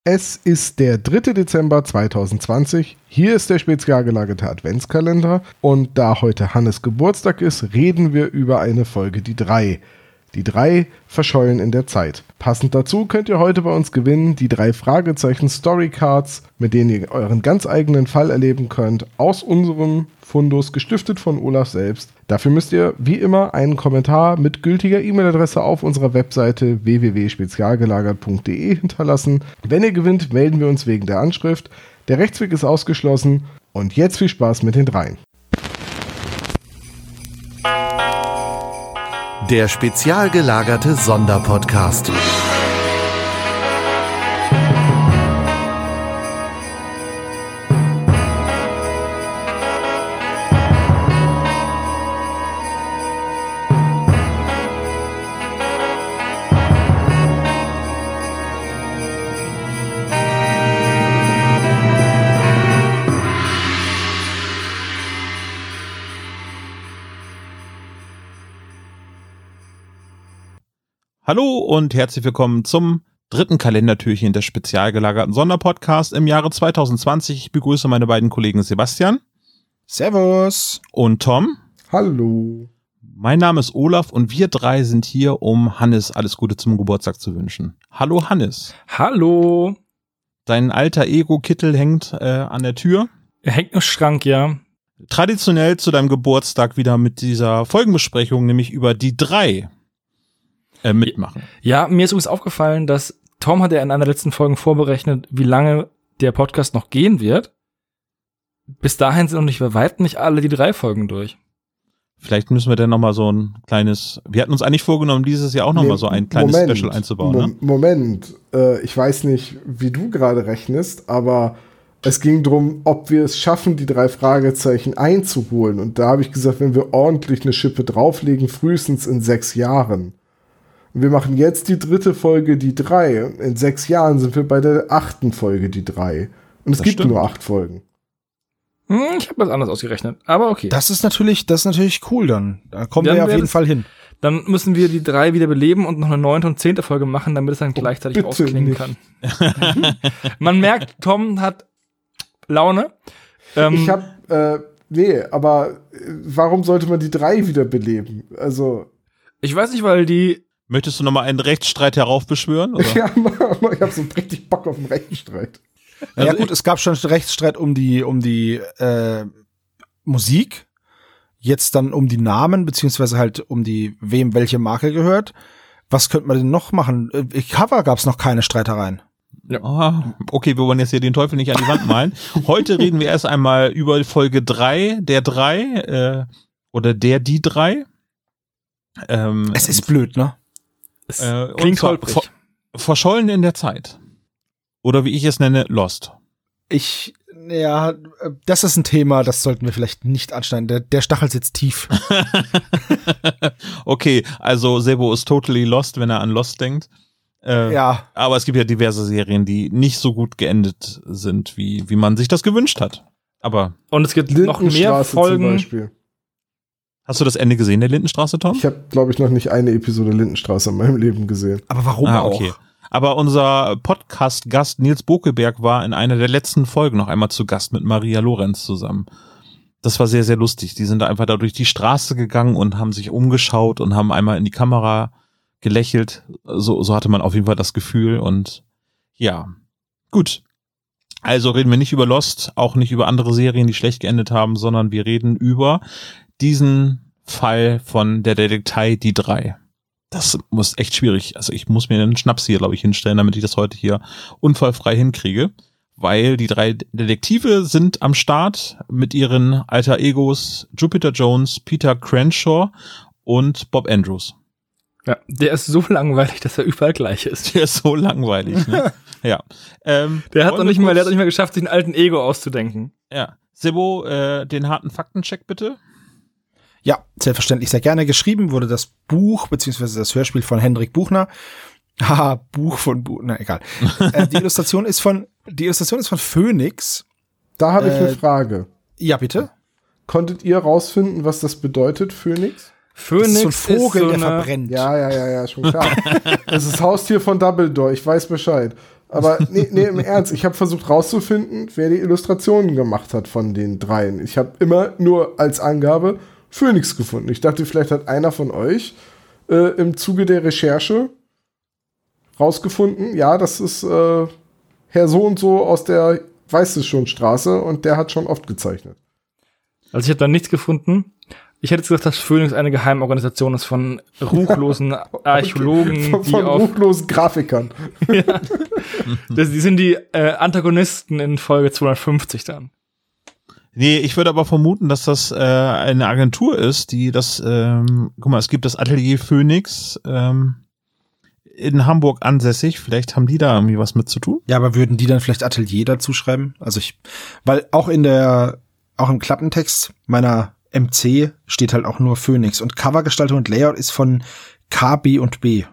Es ist der 3. Dezember 2020. Hier ist der spezial gelagerte Adventskalender. Und da heute Hannes Geburtstag ist, reden wir über eine Folge, die 3. Die 3 verschollen in der Zeit. Passend dazu könnt ihr heute bei uns gewinnen die 3 Fragezeichen Storycards, mit denen ihr euren ganz eigenen Fall erleben könnt, aus unserem Fundus, gestiftet von Olaf selbst. Dafür müsst ihr wie immer einen Kommentar mit gültiger E-Mail-Adresse auf unserer Webseite www.spezialgelagert.de hinterlassen. Wenn ihr gewinnt, melden wir uns wegen der Anschrift. Der Rechtsweg ist ausgeschlossen. Und jetzt viel Spaß mit den 3. Der spezial gelagerte Sonderpodcast. Hallo und herzlich willkommen zum 3. Kalendertürchen des spezial gelagerten Sonderpodcast im Jahre 2020. Ich begrüße meine beiden Kollegen Sebastian. Servus. Und Tom. Hallo. Mein Name ist Olaf und wir 3 sind hier, um Hannes alles Gute zum Geburtstag zu wünschen. Hallo Hannes. Hallo. Dein alter Ego-Kittel hängt an der Tür. Er hängt im Schrank, ja. Traditionell zu deinem Geburtstag wieder mit dieser Folgenbesprechung, nämlich über die 3. Mitmachen. Ja, mir ist übrigens aufgefallen, dass Tom hat ja in einer der letzten Folgen vorberechnet, wie lange der Podcast noch gehen wird. Bis dahin sind noch nicht bei weitem nicht alle die 3 Folgen durch. Vielleicht müssen wir dann nochmal so ein kleines, wir hatten uns eigentlich vorgenommen, dieses Jahr auch nochmal so ein kleines Special einzubauen. Ne? Moment, ich weiß nicht, wie du gerade rechnest, aber es ging darum, ob wir es schaffen, die 3 Fragezeichen einzuholen. Und da habe ich gesagt, wenn wir ordentlich eine Schippe drauflegen, frühestens in 6 Jahren. Wir machen jetzt die 3. Folge, die 3. In 6 Jahren sind wir bei der 8. Folge, die 3. Und es gibt nur 8 Folgen. Ich habe was anderes ausgerechnet, aber okay. Das ist natürlich cool dann. Da kommen wir ja auf jeden Fall hin. Dann müssen wir die 3 wieder beleben und noch eine 9. und 10. Folge machen, damit es dann gleichzeitig ausklingen kann. Man merkt, Tom hat Laune. Ich habe, aber warum sollte man die 3 wieder beleben? Also. Ich weiß nicht, weil die. Möchtest du nochmal einen Rechtsstreit heraufbeschwören? Oder? Ja, ich habe so richtig Bock auf einen Rechtsstreit. Ja gut, es gab schon Rechtsstreit um die Musik, jetzt dann um die Namen, beziehungsweise halt um die, wem welche Marke gehört. Was könnte man denn noch machen? Cover gab es noch keine Streitereien. Ja. Oh, okay, wir wollen jetzt hier den Teufel nicht an die Wand malen. Heute reden wir erst einmal über Folge 3, der 3, oder die 3. Es ist blöd, ne? Klingt holprig. Verschollen in der Zeit. Oder wie ich es nenne, Lost. Das ist ein Thema, das sollten wir vielleicht nicht anschneiden. Der Stachel sitzt tief. Okay, also Sebo ist totally lost, wenn er an Lost denkt. Ja. Aber es gibt ja diverse Serien, die nicht so gut geendet sind, wie man sich das gewünscht hat. Und es gibt noch mehr Folgen. Zum Beispiel. Hast du das Ende gesehen, der Lindenstraße, Tom? Ich habe, glaube ich, noch nicht eine Episode Lindenstraße in meinem Leben gesehen. Aber warum auch? Okay. Aber unser Podcast-Gast Nils Bokelberg war in einer der letzten Folgen noch einmal zu Gast mit Maria Lorenz zusammen. Das war sehr, sehr lustig. Die sind da einfach da durch die Straße gegangen und haben sich umgeschaut und haben einmal in die Kamera gelächelt. So hatte man auf jeden Fall das Gefühl. Und ja, gut. Also reden wir nicht über Lost, auch nicht über andere Serien, die schlecht geendet haben, sondern wir reden über diesen Fall von der Detektei, die 3. Das muss echt schwierig. Also ich muss mir einen Schnaps hier, glaube ich, hinstellen, damit ich das heute hier unfallfrei hinkriege. Weil die 3 Detektive sind am Start mit ihren Alter Egos Jupiter Jones, Peter Crenshaw und Bob Andrews. Ja, der ist so langweilig, dass er überall gleich ist. Der ist so langweilig, ne? Ja. Der hat noch nicht mal geschafft, sich einen alten Ego auszudenken. Ja. Sebo, den harten Faktencheck bitte. Ja, selbstverständlich sehr gerne. Geschrieben wurde das Buch, beziehungsweise das Hörspiel von Hendrik Buchner. Haha, Buch von Buchner, egal. Die Illustration ist von Phoenix. Da habe ich eine Frage. Ja, bitte? Konntet ihr rausfinden, was das bedeutet, Phoenix? Phoenix das ist so ein Vogel, der verbrennt. Ja, schon klar. Das ist das Haustier von Dumbledore, ich weiß Bescheid. Aber nee, im Ernst, ich habe versucht rauszufinden, wer die Illustrationen gemacht hat von den dreien. Ich habe immer nur als Angabe Phoenix gefunden. Ich dachte, vielleicht hat einer von euch im Zuge der Recherche rausgefunden, ja, das ist Herr so und so aus der Weiß-es-schon-Straße und der hat schon oft gezeichnet. Also ich habe da nichts gefunden. Ich hätte jetzt gesagt, dass Phoenix eine Geheimorganisation ist von ruchlosen Archäologen, okay. Von ruchlosen Grafikern. Ja. Die sind die Antagonisten in Folge 250 dann. Nee, ich würde aber vermuten, dass das eine Agentur ist, die das, guck mal, es gibt das Atelier Phoenix in Hamburg ansässig. Vielleicht haben die da irgendwie was mit zu tun. Ja, aber würden die dann vielleicht Atelier dazu schreiben? Also weil auch im Klappentext meiner MC steht halt auch nur Phoenix und Covergestaltung und Layout ist von K, B und B.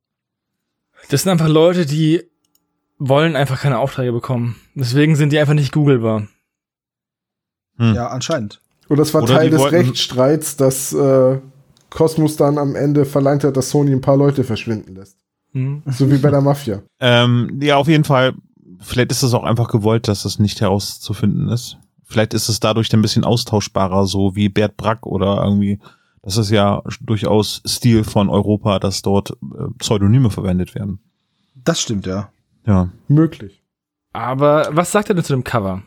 Das sind einfach Leute, die wollen einfach keine Aufträge bekommen. Deswegen sind die einfach nicht googelbar. Ja, anscheinend. Und das war Oder Teil des wollten Rechtsstreits, dass Cosmos dann am Ende verlangt hat, dass Sony ein paar Leute verschwinden lässt. So wie bei der Mafia. Ja, auf jeden Fall. Vielleicht ist es auch einfach gewollt, dass es nicht herauszufinden ist. Vielleicht ist es dadurch ein bisschen austauschbarer, so wie Bert Brack oder irgendwie. Das ist ja durchaus Stil von Europa, dass dort Pseudonyme verwendet werden. Das stimmt, ja. Ja. Möglich. Aber was sagt ihr denn zu dem Cover?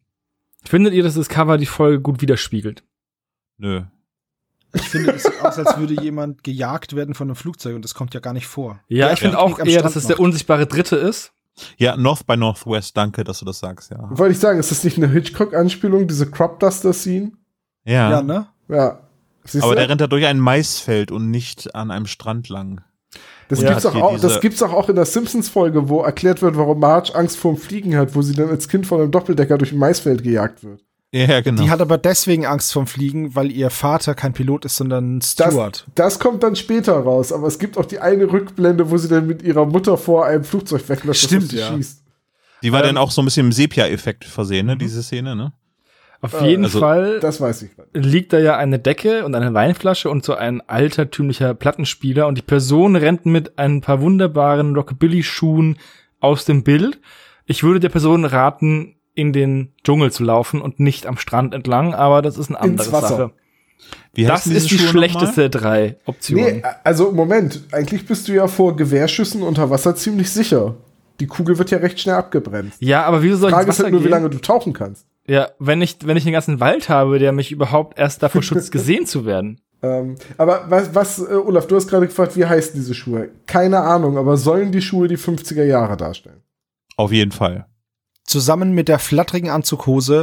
Findet ihr, dass das Cover die Folge gut widerspiegelt? Nö. Ich finde, es sieht aus, als würde jemand gejagt werden von einem Flugzeug und das kommt ja gar nicht vor. Ja, ich finde auch eher, dass es der unsichtbare Dritte ist. Ja, North by Northwest, danke, dass du das sagst, ja. Wollte ich sagen, ist das nicht eine Hitchcock-Anspielung, diese Crop-Duster-Scene? Ja, ne? Ja. Siehst aber du? der rennt da durch ein Maisfeld und nicht an einem Strand lang. Das Ja, gibt's auch in der Simpsons-Folge, wo erklärt wird, warum Marge Angst vorm Fliegen hat, wo sie dann als Kind von einem Doppeldecker durch ein Maisfeld gejagt wird. Ja, genau. Die hat aber deswegen Angst vorm Fliegen, weil ihr Vater kein Pilot ist, sondern Steward. Das kommt dann später raus, aber es gibt auch die eine Rückblende, wo sie dann mit ihrer Mutter vor einem Flugzeug wegläuft, das auf sie schießt. Die war dann auch so ein bisschen im Sepia-Effekt versehen, ne, diese Szene, ne? Auf jeden Fall das weiß ich. liegt da ja eine Decke und eine Weinflasche und so ein altertümlicher Plattenspieler und die Person rennt mit ein paar wunderbaren Rockabilly-Schuhen aus dem Bild. Ich würde der Person raten, in den Dschungel zu laufen und nicht am Strand entlang, aber das ist eine andere Ins Wasser. Sache. Wie Das ist die schlechteste der 3 Optionen. Nee, also Moment, eigentlich bist du ja vor Gewehrschüssen unter Wasser ziemlich sicher. Die Kugel wird ja recht schnell abgebremst. Ja, aber wieso soll ich ins Frage ist Wasser halt nur, wie gehen? lange du tauchen kannst. Ja, wenn ich den ganzen Wald habe, der mich überhaupt erst davor schützt, gesehen zu werden. Aber Olaf, du hast gerade gefragt, wie heißen diese Schuhe? Keine Ahnung, aber sollen die Schuhe die 50er Jahre darstellen? Auf jeden Fall. Zusammen mit der flatterigen Anzughose,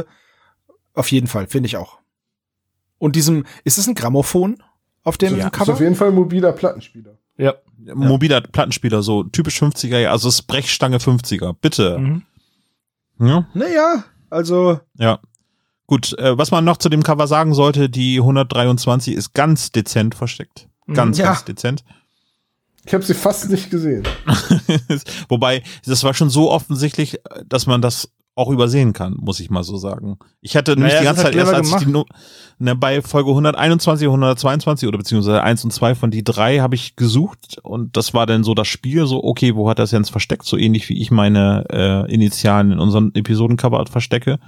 auf jeden Fall, finde ich auch. Und ist das ein Grammophon auf dem Das ist Cover? auf jeden Fall ein mobiler Plattenspieler. Ja. Mobiler Plattenspieler, so typisch 50er, ja, also das Brechstange 50er, bitte. Mhm. Ja? Naja, also Ja. Gut, was man noch zu dem Cover sagen sollte, die 123 ist ganz dezent versteckt. Ganz, Ja. ganz dezent. Ich habe sie fast nicht gesehen. Wobei, das war schon so offensichtlich, dass man das auch übersehen kann, muss ich mal so sagen. Ich hatte nämlich die ganze Zeit erst, als ich bei Folge 121, 122 oder beziehungsweise 1 und 2 von die 3 habe ich gesucht und das war dann so das Spiel, so okay, wo hat das jetzt versteckt? So ähnlich wie ich meine Initialen in unseren Episodencover verstecke.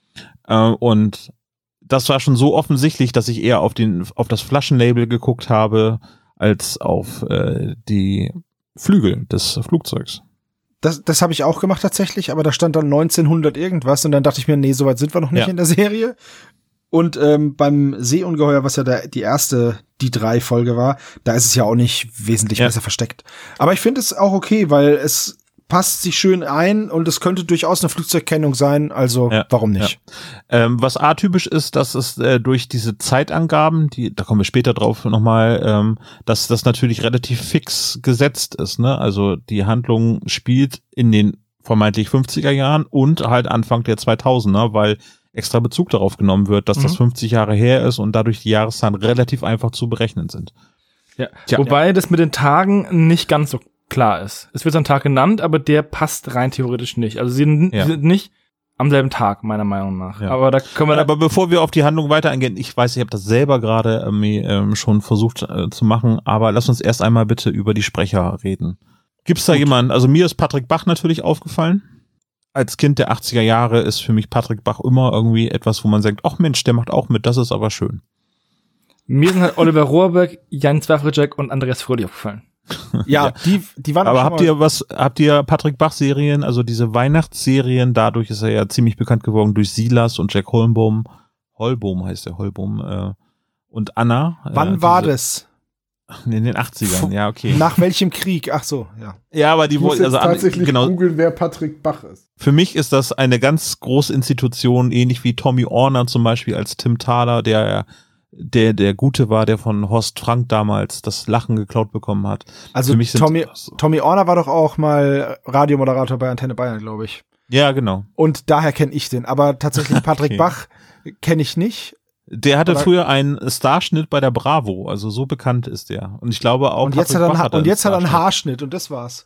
Und das war schon so offensichtlich, dass ich eher auf das Flaschenlabel geguckt habe, als auf die Flügel des Flugzeugs. Das habe ich auch gemacht tatsächlich, aber da stand dann 1900 irgendwas und dann dachte ich mir, nee, soweit sind wir noch nicht in der Serie. Und beim Seeungeheuer, was ja die erste, die 3 Folge war, da ist es ja auch nicht wesentlich besser versteckt. Aber ich finde es auch okay, weil es passt sich schön ein und es könnte durchaus eine Flugzeugkennung sein, also warum nicht? Ja. Was atypisch ist, dass es durch diese Zeitangaben, da kommen wir später drauf nochmal, dass das natürlich relativ fix gesetzt ist, ne? Also die Handlung spielt in den vermeintlich 50er Jahren und halt Anfang der 2000er, weil extra Bezug darauf genommen wird, dass das 50 Jahre her ist und dadurch die Jahreszahlen relativ einfach zu berechnen sind. Ja. Wobei das mit den Tagen nicht ganz so klar ist. Es wird so ein Tag genannt, aber der passt rein theoretisch nicht. Also sie sind nicht am selben Tag, meiner Meinung nach. Ja. Aber da können wir. Aber bevor wir auf die Handlung weiter eingehen, ich weiß, ich habe das selber gerade schon versucht zu machen, aber lass uns erst einmal bitte über die Sprecher reden. Gibt's da jemanden? Also mir ist Patrick Bach natürlich aufgefallen. Als Kind der 80er Jahre ist für mich Patrick Bach immer irgendwie etwas, wo man sagt, ach Mensch, der macht auch mit, das ist aber schön. Mir sind halt Oliver Rohrbeck, Jan Zwafrejek und Andreas Fröhlich aufgefallen. Ja, die waren aber habt ihr Patrick Bach Serien, also diese Weihnachtsserien, dadurch ist er ja ziemlich bekannt geworden durch Silas und Jack Holmboom heißt der, und Anna. Wann war das? In den 80ern, ja, okay. Nach welchem Krieg? Ach so, ja. Ja, aber die Ich muss jetzt also tatsächlich genau. googeln, wer Patrick Bach ist. Für mich ist das eine ganz große Institution, ähnlich wie Tommy Orner zum Beispiel als Tim Thaler, der Gute war, der von Horst Frank damals das Lachen geklaut bekommen hat. Also Tommy Orner war doch auch mal Radiomoderator bei Antenne Bayern, glaube ich. Ja, genau. Und daher kenne ich den. Aber tatsächlich Patrick Okay. Bach kenne ich nicht. Der hatte früher einen Starschnitt bei der Bravo, also so bekannt ist der. Und ich glaube auch, Und jetzt hat er einen Haarschnitt und das war's.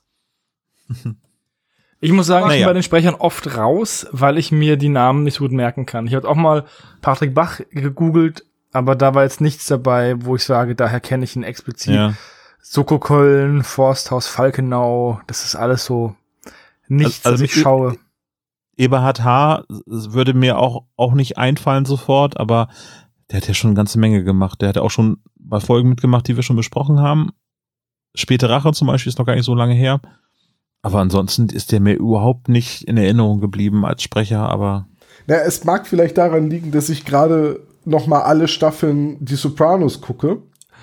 Ich muss sagen, ich bin Naja. bei den Sprechern oft raus, weil ich mir die Namen nicht so gut merken kann. Ich habe auch mal Patrick Bach gegoogelt, aber da war jetzt nichts dabei, wo ich sage, daher kenne ich ihn explizit. Ja. Soko Köln, Forsthaus Falkenau, das ist alles so nichts, Also was ich schaue. Eberhard H. würde mir auch nicht einfallen sofort, aber der hat ja schon eine ganze Menge gemacht. Der hat auch schon bei Folgen mitgemacht, die wir schon besprochen haben. Späte Rache zum Beispiel ist noch gar nicht so lange her. Aber ansonsten ist der mir überhaupt nicht in Erinnerung geblieben als Sprecher, aber Na, es mag vielleicht daran liegen, dass ich gerade noch mal alle Staffeln Die Sopranos gucke.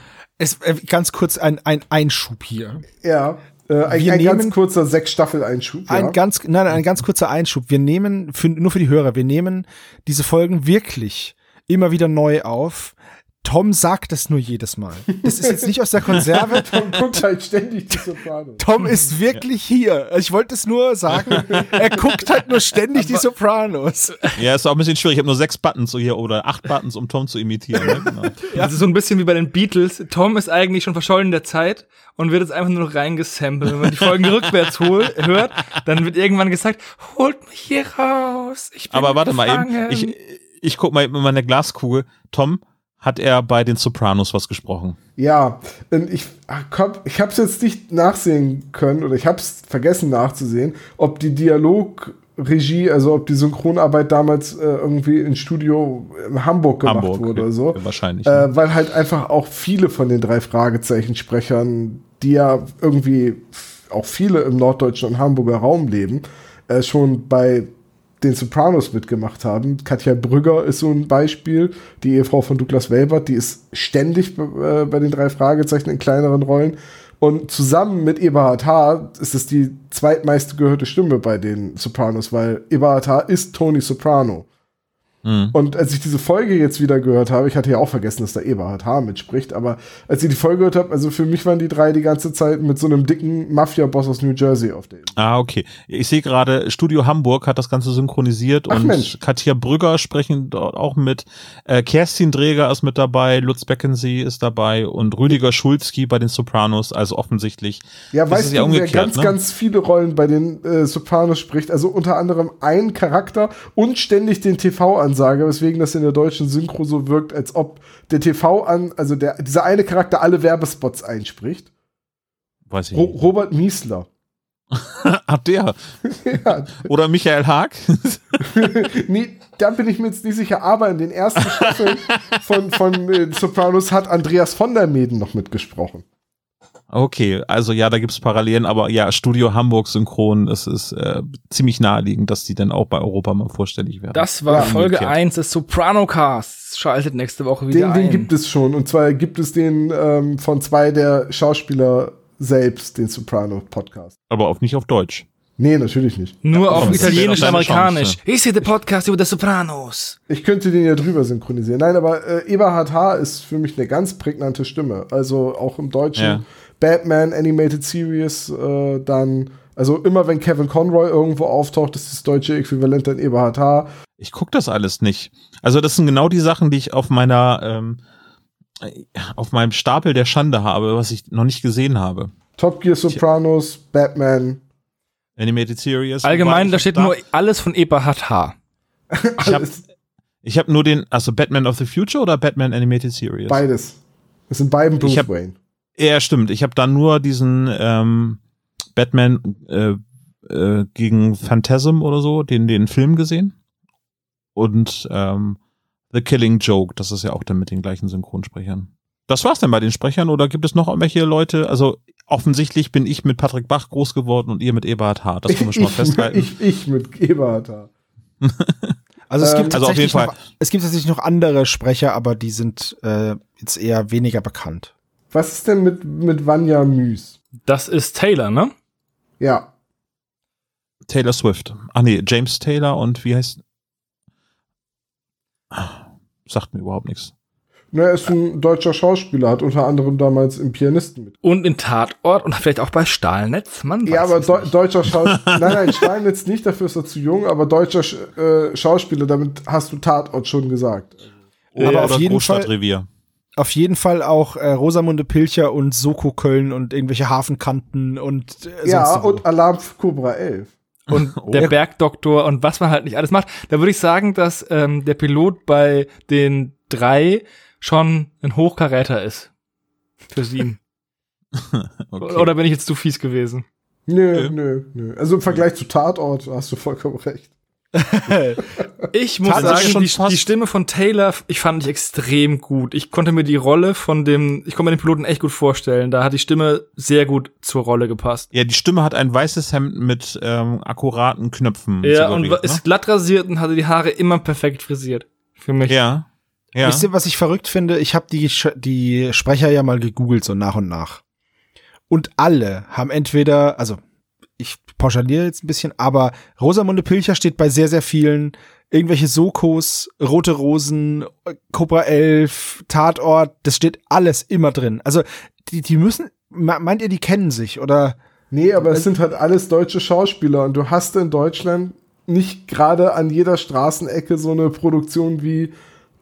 Ganz kurz ein Einschub hier. Ja, ein ganz kurzer 6-Staffel-Einschub. Ja. Ein ganz kurzer Einschub. Wir nehmen, nur für die Hörer, wir nehmen diese Folgen wirklich immer wieder neu auf. Tom sagt das nur jedes Mal. Das ist jetzt nicht aus der Konserve. Tom guckt halt ständig Die Sopranos. Tom ist wirklich hier. Ich wollte es nur sagen. Er guckt halt nur ständig Die Sopranos. ja, ist auch ein bisschen schwierig. Ich habe nur 6 Buttons so hier oder 8 Buttons, um Tom zu imitieren. Ne? Genau. Das ist so ein bisschen wie bei den Beatles. Tom ist eigentlich schon verschollen in der Zeit und wird jetzt einfach nur noch reingesampelt. Wenn man die Folgen rückwärts hört, dann wird irgendwann gesagt, holt mich hier raus. Ich bin Aber warte mal gefangen. eben. Ich guck mal eben in meine Glaskugel. Tom, hat er bei den Sopranos was gesprochen? Ja, und ich hab's jetzt nicht nachsehen können oder ich hab's vergessen nachzusehen, ob die Dialogregie, also ob die Synchronarbeit damals irgendwie im Studio in Hamburg gemacht wurde oder so. Wahrscheinlich. Weil halt einfach auch viele von den 3 Fragezeichen-Sprechern, die ja irgendwie auch viele im norddeutschen und Hamburger Raum leben, schon bei den Sopranos mitgemacht haben. Katja Brügger ist so ein Beispiel, die Ehefrau von Douglas Welbert, die ist ständig bei den 3 Fragezeichen in kleineren Rollen. Und zusammen mit Eberhard H. ist es die zweitmeist gehörte Stimme bei den Sopranos, weil Eberhard H. ist Tony Soprano. Und als ich diese Folge jetzt wieder gehört habe, ich hatte ja auch vergessen, dass da Eberhard H. mitspricht, aber als ich die Folge gehört habe, also für mich waren die 3 die ganze Zeit mit so einem dicken Mafia-Boss aus New Jersey auf der Insel. Ah, okay. Ich sehe gerade, Studio Hamburg hat das Ganze synchronisiert. Ach, und Mensch. Katja Brügger sprechen dort auch mit. Kerstin Dreger ist mit dabei, Lutz Beckensee ist dabei und Rüdiger Schulzki bei den Sopranos, also offensichtlich. Ja, Das weißt ist du, ja wer umgekehrt, ganz, ne? ganz viele Rollen bei den Sopranos spricht, also unter anderem ein Charakter und ständig den TV-Ansage, weswegen das in der deutschen Synchro so wirkt, als ob der dieser eine Charakter alle Werbespots einspricht. Weiß ich nicht. Robert Miesler. Ach, der. Ja, Oder Michael Haag. nee, da bin ich mir jetzt nicht sicher, aber in den ersten Staffeln von Sopranos hat Andreas von der Meeden noch mitgesprochen. Okay, also ja, da gibt's Parallelen, aber ja, Studio Hamburg Synchron, es ist ziemlich naheliegend, dass die dann auch bei Europa mal vorstellig werden. Das war Ja, Folge umgekehrt. 1 des Soprano-Casts. Schaltet nächste Woche wieder Den ein. gibt es schon. Und zwar gibt es den von 2 der Schauspieler selbst, den Soprano-Podcast. Aber nicht auf Deutsch. Nee, natürlich nicht. Nur auf das ist Italienisch und deine Amerikanisch. Chance. Ich sehe den Podcast über die Sopranos. Ich könnte den ja drüber synchronisieren. Nein, aber Eberhard H. ist für mich eine ganz prägnante Stimme. Also auch im Deutschen Ja. Batman Animated Series, dann, also immer wenn Kevin Conroy irgendwo auftaucht, ist das deutsche Äquivalent dann Eberhard H. Ich gucke das alles nicht. Also das sind genau die Sachen, die ich auf meinem Stapel der Schande habe, was ich noch nicht gesehen habe. Top Gear Sopranos, Batman. Animated Series. Allgemein, Wobei da ich steht hab nur alles von Eberhard H. Ich habe nur Batman of the Future oder Batman Animated Series? Beides. Es sind beiden Bruce Ich hab- Wayne. Ja, stimmt. Ich habe da nur diesen Batman gegen Phantasm oder so, den Film gesehen. Und The Killing Joke, das ist ja auch dann mit den gleichen Synchronsprechern. Das war's denn bei den Sprechern, oder gibt es noch irgendwelche Leute? Also offensichtlich bin ich mit Patrick Bach groß geworden und ihr mit Eberhard H. Das können wir schon mal festhalten. Ich mit Eberhard H. Also es gibt also auf jeden Fall. Es gibt tatsächlich noch andere Sprecher, aber die sind jetzt eher weniger bekannt. Was ist denn mit Vanya Müs? Das ist Taylor, ne? Ja. Taylor Swift. Ach nee, James Taylor und wie heißt... Sagt mir überhaupt nichts. Er ist ein deutscher Schauspieler, hat unter anderem damals im Pianisten mit. Und in Tatort und vielleicht auch bei Stahlnetz, man weiß Ja, aber es nicht. deutscher Schauspieler, nein, Stahlnetz nicht, dafür ist er zu jung, aber deutscher Schauspieler, damit hast du Tatort schon gesagt. Aber Oder auf jeden Großstadtrevier. Auf jeden Fall auch Rosamunde Pilcher und Soko Köln und irgendwelche Hafenkanten und Ja, sonst wo. und Alarm für Cobra 11. Und der Bergdoktor und was man halt nicht alles macht. Da würde ich sagen, dass der Pilot bei den 3 schon ein Hochkaräter ist. Für sie. Okay. Oder bin ich jetzt zu fies gewesen? Nö. Also im Vergleich zu Tatort hast du vollkommen recht. Ich muss Tatsache sagen, schon die fast- Stimme von Taylor, ich fand ich extrem gut. Ich konnte mir die Rolle ich konnte mir den Piloten echt gut vorstellen. Da hat die Stimme sehr gut zur Rolle gepasst. Ja, die Stimme hat ein weißes Hemd mit akkuraten Knöpfen. Ja, und suggeriert, ist glatt rasiert und hatte die Haare immer perfekt frisiert. Für mich. Ja. Wisst ihr, was ich verrückt finde? Ich habe die Sprecher ja mal gegoogelt, so nach und nach. Und alle haben entweder, also ich pauschaliere jetzt ein bisschen, aber Rosamunde Pilcher steht bei sehr, sehr vielen, irgendwelche Sokos, Rote Rosen, Cobra 11, Tatort, das steht alles immer drin. Also die müssen, meint ihr, die kennen sich, oder? Nee, aber es sind halt alles deutsche Schauspieler und du hast in Deutschland nicht gerade an jeder Straßenecke so eine Produktion wie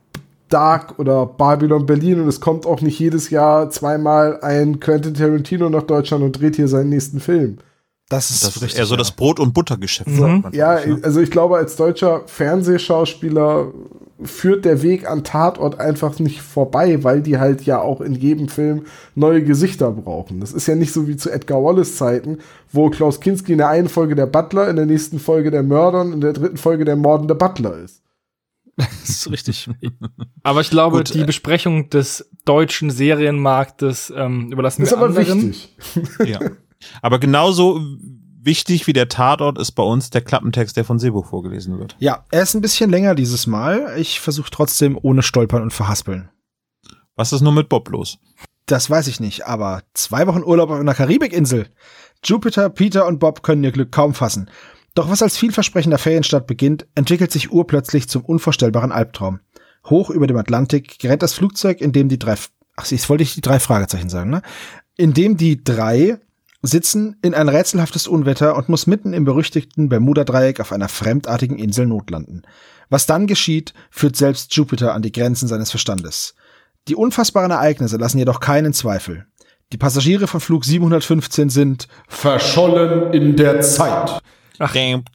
Dark oder Babylon Berlin und es kommt auch nicht jedes Jahr zweimal ein Quentin Tarantino nach Deutschland und dreht hier seinen nächsten Film. Das ist Das ist eher so das Brot- und Buttergeschäft. Mhm. sagt man, Ja, glaub ich, ne? also ich glaube, als deutscher Fernsehschauspieler führt der Weg an Tatort einfach nicht vorbei, weil die halt ja auch in jedem Film neue Gesichter brauchen. Das ist ja nicht so wie zu Edgar Wallace Zeiten, wo Klaus Kinski in der einen Folge der Butler, in der nächsten Folge der Mörder und in der dritten Folge der mordende Butler ist. Das ist richtig. Aber ich glaube, Gut, die Besprechung des deutschen Serienmarktes überlassen Das ist wir aber anderen. wichtig. Ja. Aber genauso wichtig wie der Tatort ist bei uns der Klappentext, der von Sebo vorgelesen wird. Ja, er ist ein bisschen länger dieses Mal. Ich versuche trotzdem ohne Stolpern und Verhaspeln. Was ist nur mit Bob los? Das weiß ich nicht, aber 2 Wochen Urlaub auf einer Karibikinsel. Jupiter, Peter und Bob können ihr Glück kaum fassen. Doch was als vielversprechender Ferienstart beginnt, entwickelt sich urplötzlich zum unvorstellbaren Albtraum. Hoch über dem Atlantik gerät das Flugzeug, in dem die 3 Fragezeichen sagen, ne? In dem die 3 sitzen in ein rätselhaftes Unwetter und muss mitten im berüchtigten Bermuda-Dreieck auf einer fremdartigen Insel notlanden. Was dann geschieht, führt selbst Jupiter an die Grenzen seines Verstandes. Die unfassbaren Ereignisse lassen jedoch keinen Zweifel. Die Passagiere von Flug 715 sind verschollen in der Zeit. Ach, jetzt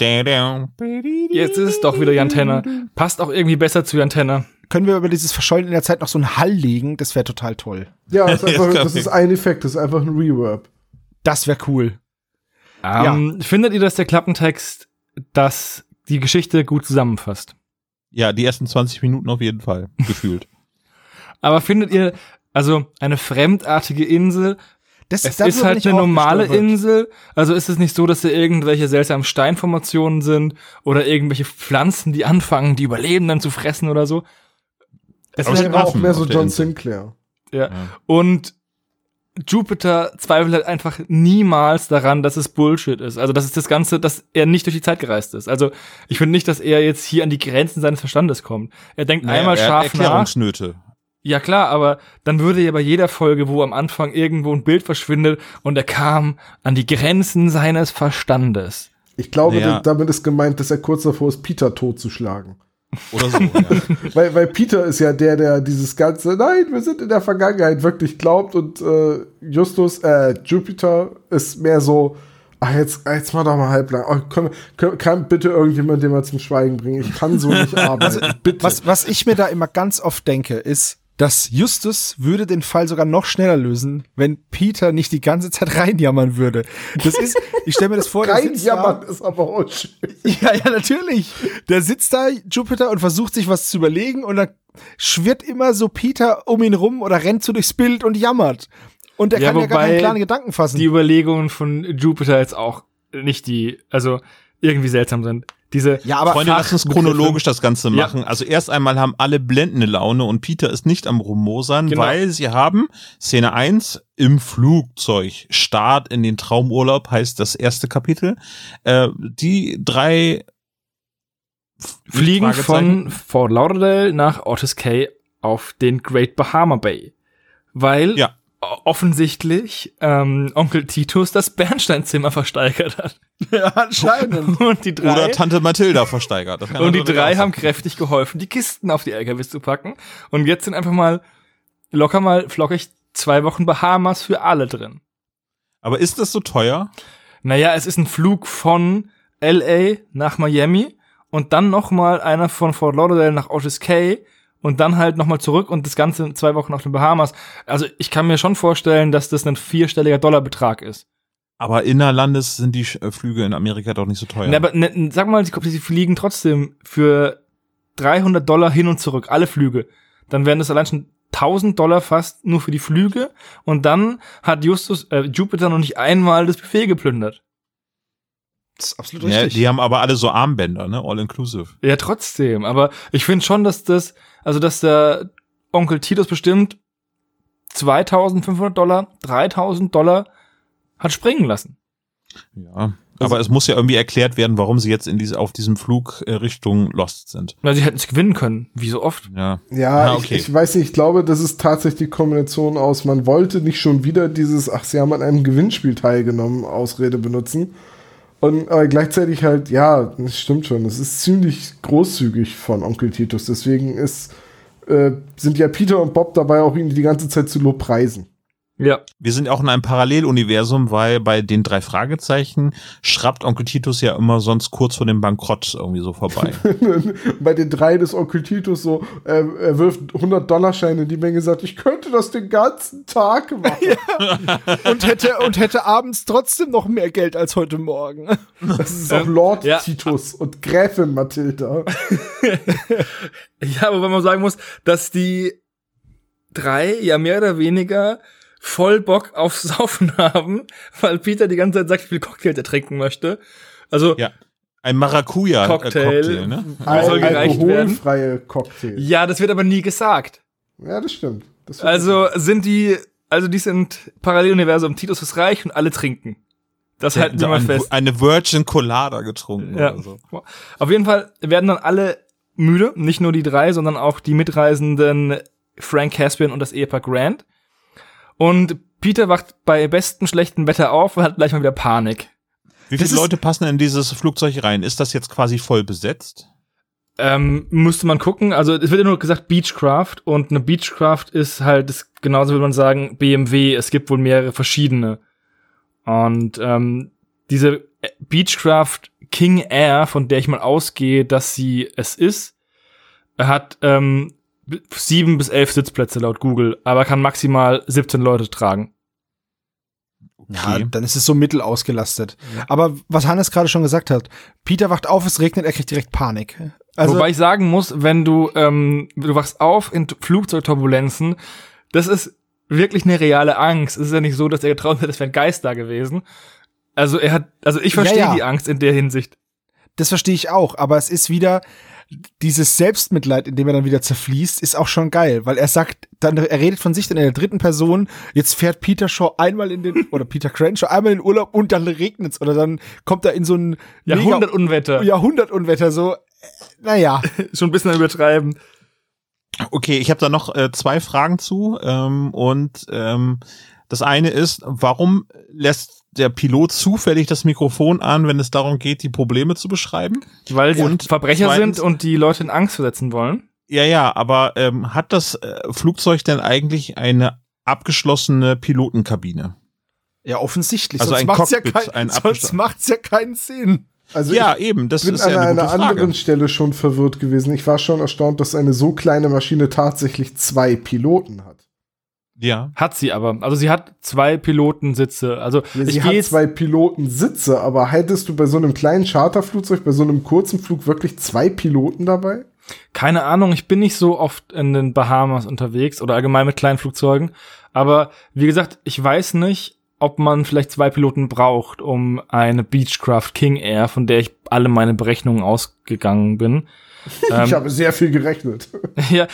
ist es doch wieder Jan Tenner. Passt auch irgendwie besser zu Jan Tenner. Können wir über dieses Verschollen in der Zeit noch so einen Hall legen? Das wäre total toll. Ja, das ist ein Effekt, das ist einfach ein Reverb. Das wäre cool. Findet ihr, dass der Klappentext die Geschichte gut zusammenfasst? Ja, die ersten 20 Minuten auf jeden Fall, gefühlt. Aber findet ihr, also eine fremdartige Insel, es ist halt eine normale Insel, also ist es nicht so, dass da irgendwelche seltsamen Steinformationen sind oder irgendwelche Pflanzen, die anfangen, die Überlebenden zu fressen oder so. Es Aber ist es halt sind Auch Affen mehr so auf der John Insel. Sinclair. ja. Und Jupiter zweifelt halt einfach niemals daran, dass es Bullshit ist. Also, das ist das Ganze, dass er nicht durch die Zeit gereist ist. Also, ich finde nicht, dass er jetzt hier an die Grenzen seines Verstandes kommt. Er denkt einmal er hat scharf nach. Erklärungsnöte. Ja, klar, aber dann würde ja bei jeder Folge, wo am Anfang irgendwo ein Bild verschwindet und er kam an die Grenzen seines Verstandes. Ich glaube, Ja. damit ist gemeint, dass er kurz davor ist, Peter totzuschlagen. Oder so, ja. Weil Peter ist ja der dieses ganze, nein, wir sind in der Vergangenheit, wirklich glaubt und Jupiter ist mehr so, jetzt mach doch mal halblang. Kann bitte irgendjemand den mal zum Schweigen bringen? Ich kann so nicht arbeiten. Bitte. Was ich mir da immer ganz oft denke, ist, dass Justus würde den Fall sogar noch schneller lösen, wenn Peter nicht die ganze Zeit reinjammern würde. Das ist, ich stelle mir das vor, Reinjammern ist aber auch schön. Ja, natürlich. Der sitzt da, Jupiter, und versucht sich was zu überlegen und dann schwirrt immer so Peter um ihn rum oder rennt so durchs Bild und jammert. Und der kann ja gar keinen klaren Gedanken fassen. Die Überlegungen von Jupiter jetzt auch nicht also irgendwie seltsam sind. Aber Freunde, lass uns chronologisch das Ganze machen. Ja. Also erst einmal haben alle blendende Laune und Peter ist nicht am Rummosern, weil sie haben, Szene 1, im Flugzeug, Start in den Traumurlaub, heißt das erste Kapitel. Die 3 fliegen von Fort Lauderdale nach Otis Cay auf den Great Bahama Bay. Weil offensichtlich Onkel Titus das Bernsteinzimmer versteigert hat. Ja, anscheinend. Und die 3, oder Tante Mathilda versteigert. Und die 3 haben kräftig geholfen, die Kisten auf die LKWs zu packen. Und jetzt sind einfach mal flockig 2 Wochen Bahamas für alle drin. Aber ist das so teuer? Naja, es ist ein Flug von LA nach Miami und dann noch mal einer von Fort Lauderdale nach Otis Cay und dann halt noch mal zurück und das Ganze 2 Wochen auf den Bahamas. Also ich kann mir schon vorstellen, dass das ein 4-stelliger Dollarbetrag ist. Aber innerlandes sind die Flüge in Amerika doch nicht so teuer. Na, aber sag mal, sie fliegen trotzdem für $300 hin und zurück, alle Flüge. Dann wären das allein schon $1.000 fast nur für die Flüge. Und dann hat Jupiter noch nicht einmal das Buffet geplündert. Das ist absolut richtig. Die haben aber alle so Armbänder, ne? All inclusive. Ja, trotzdem. Aber ich finde schon, dass dass der Onkel Titus bestimmt $2.500, $3.000 hat springen lassen. Ja, aber es muss ja irgendwie erklärt werden, warum sie jetzt auf diesem Flug Richtung Lost sind. Weil sie hätten es gewinnen können, wie so oft. Ja, okay. Ich weiß nicht, ich glaube, das ist tatsächlich die Kombination aus, man wollte nicht schon wieder sie haben an einem Gewinnspiel teilgenommen, Ausrede benutzen. Und gleichzeitig halt, ja, das stimmt schon, es ist ziemlich großzügig von Onkel Titus. Deswegen sind ja Peter und Bob dabei, auch ihn die ganze Zeit zu lobpreisen. Ja. Wir sind auch in einem Paralleluniversum, weil bei den 3 Fragezeichen schrappt Onkel Titus ja immer sonst kurz vor dem Bankrott irgendwie so vorbei. Bei den 3 ist Onkel Titus so, er wirft $100-Scheine in die Menge, sagt, ich könnte das den ganzen Tag machen. Ja. und hätte abends trotzdem noch mehr Geld als heute Morgen. Das ist auch Lord Titus und Gräfin Mathilda. Ja, wobei man sagen muss, dass die 3 ja mehr oder weniger voll Bock aufs Saufen haben, weil Peter die ganze Zeit sagt, wie viel Cocktail er trinken möchte. Also ein Maracuja-Cocktail, ne? Soll gereicht werden. Alkoholfreie Cocktail. Ja, das wird aber nie gesagt. Ja, das stimmt. Die sind Paralleluniversum, Titus ist reich und alle trinken. Das halten wir mal fest. Eine Virgin Colada getrunken oder so. Auf jeden Fall werden dann alle müde, nicht nur die 3, sondern auch die Mitreisenden Frank Caspian und das Ehepaar Grant. Und Peter wacht bei bestem schlechten Wetter auf und hat gleich mal wieder Panik. Wie viele Leute passen in dieses Flugzeug rein? Ist das jetzt quasi voll besetzt? Müsste man gucken. Also es wird ja nur gesagt Beechcraft und eine Beechcraft ist halt, genauso würde man sagen, BMW. Es gibt wohl mehrere verschiedene. Und diese Beechcraft King Air, von der ich mal ausgehe, dass sie es ist, hat 7 bis 11 Sitzplätze laut Google, aber kann maximal 17 Leute tragen. Ja, dann ist es so mittel ausgelastet. Aber was Hannes gerade schon gesagt hat, Peter wacht auf, es regnet, er kriegt direkt Panik. Also, wobei ich sagen muss, wenn du wachst auf in Flugzeugturbulenzen, das ist wirklich eine reale Angst. Es ist ja nicht so, dass er getraut hat, es wäre ein Geist da gewesen. Also ich verstehe die Angst in der Hinsicht. Das verstehe ich auch, aber es ist wieder dieses Selbstmitleid, in dem er dann wieder zerfließt, ist auch schon geil, weil er sagt, er redet von sich dann in der 3. Person, jetzt fährt Peter Shaw einmal oder Peter Crenshaw einmal in den Urlaub und dann regnet's oder dann kommt er in so ein Jahrhundertunwetter, so, naja. Schon ein bisschen übertreiben. Okay, ich habe da noch 2 Fragen zu das eine ist, warum lässt der Pilot zufällig das Mikrofon an, wenn es darum geht, die Probleme zu beschreiben? Weil sie Verbrecher sind und die Leute in Angst versetzen wollen. Ja, aber hat das Flugzeug denn eigentlich eine abgeschlossene Pilotenkabine? Ja, offensichtlich. Also sonst ein macht's Cockpit, sonst macht's ja keinen Sinn. Also Ja, ich eben, das bin ist an ja eine einer gute Frage. anderen Stelle schon verwirrt gewesen. Ich war schon erstaunt, dass eine so kleine Maschine tatsächlich 2 Piloten hat. Ja. Hat sie aber. Also sie hat 2 Pilotensitze. Also Ja, ich sie gehe hat jetzt 2 Pilotensitze, aber hättest du bei so einem kleinen Charterflugzeug, bei so einem kurzen Flug wirklich 2 Piloten dabei? keine Ahnung, ich bin nicht so oft in den Bahamas unterwegs oder allgemein mit kleinen Flugzeugen. Aber wie gesagt, ich weiß nicht, ob man vielleicht 2 Piloten braucht, um eine Beechcraft King Air, von der ich alle meine Berechnungen ausgegangen bin. Ich habe sehr viel gerechnet. Ja,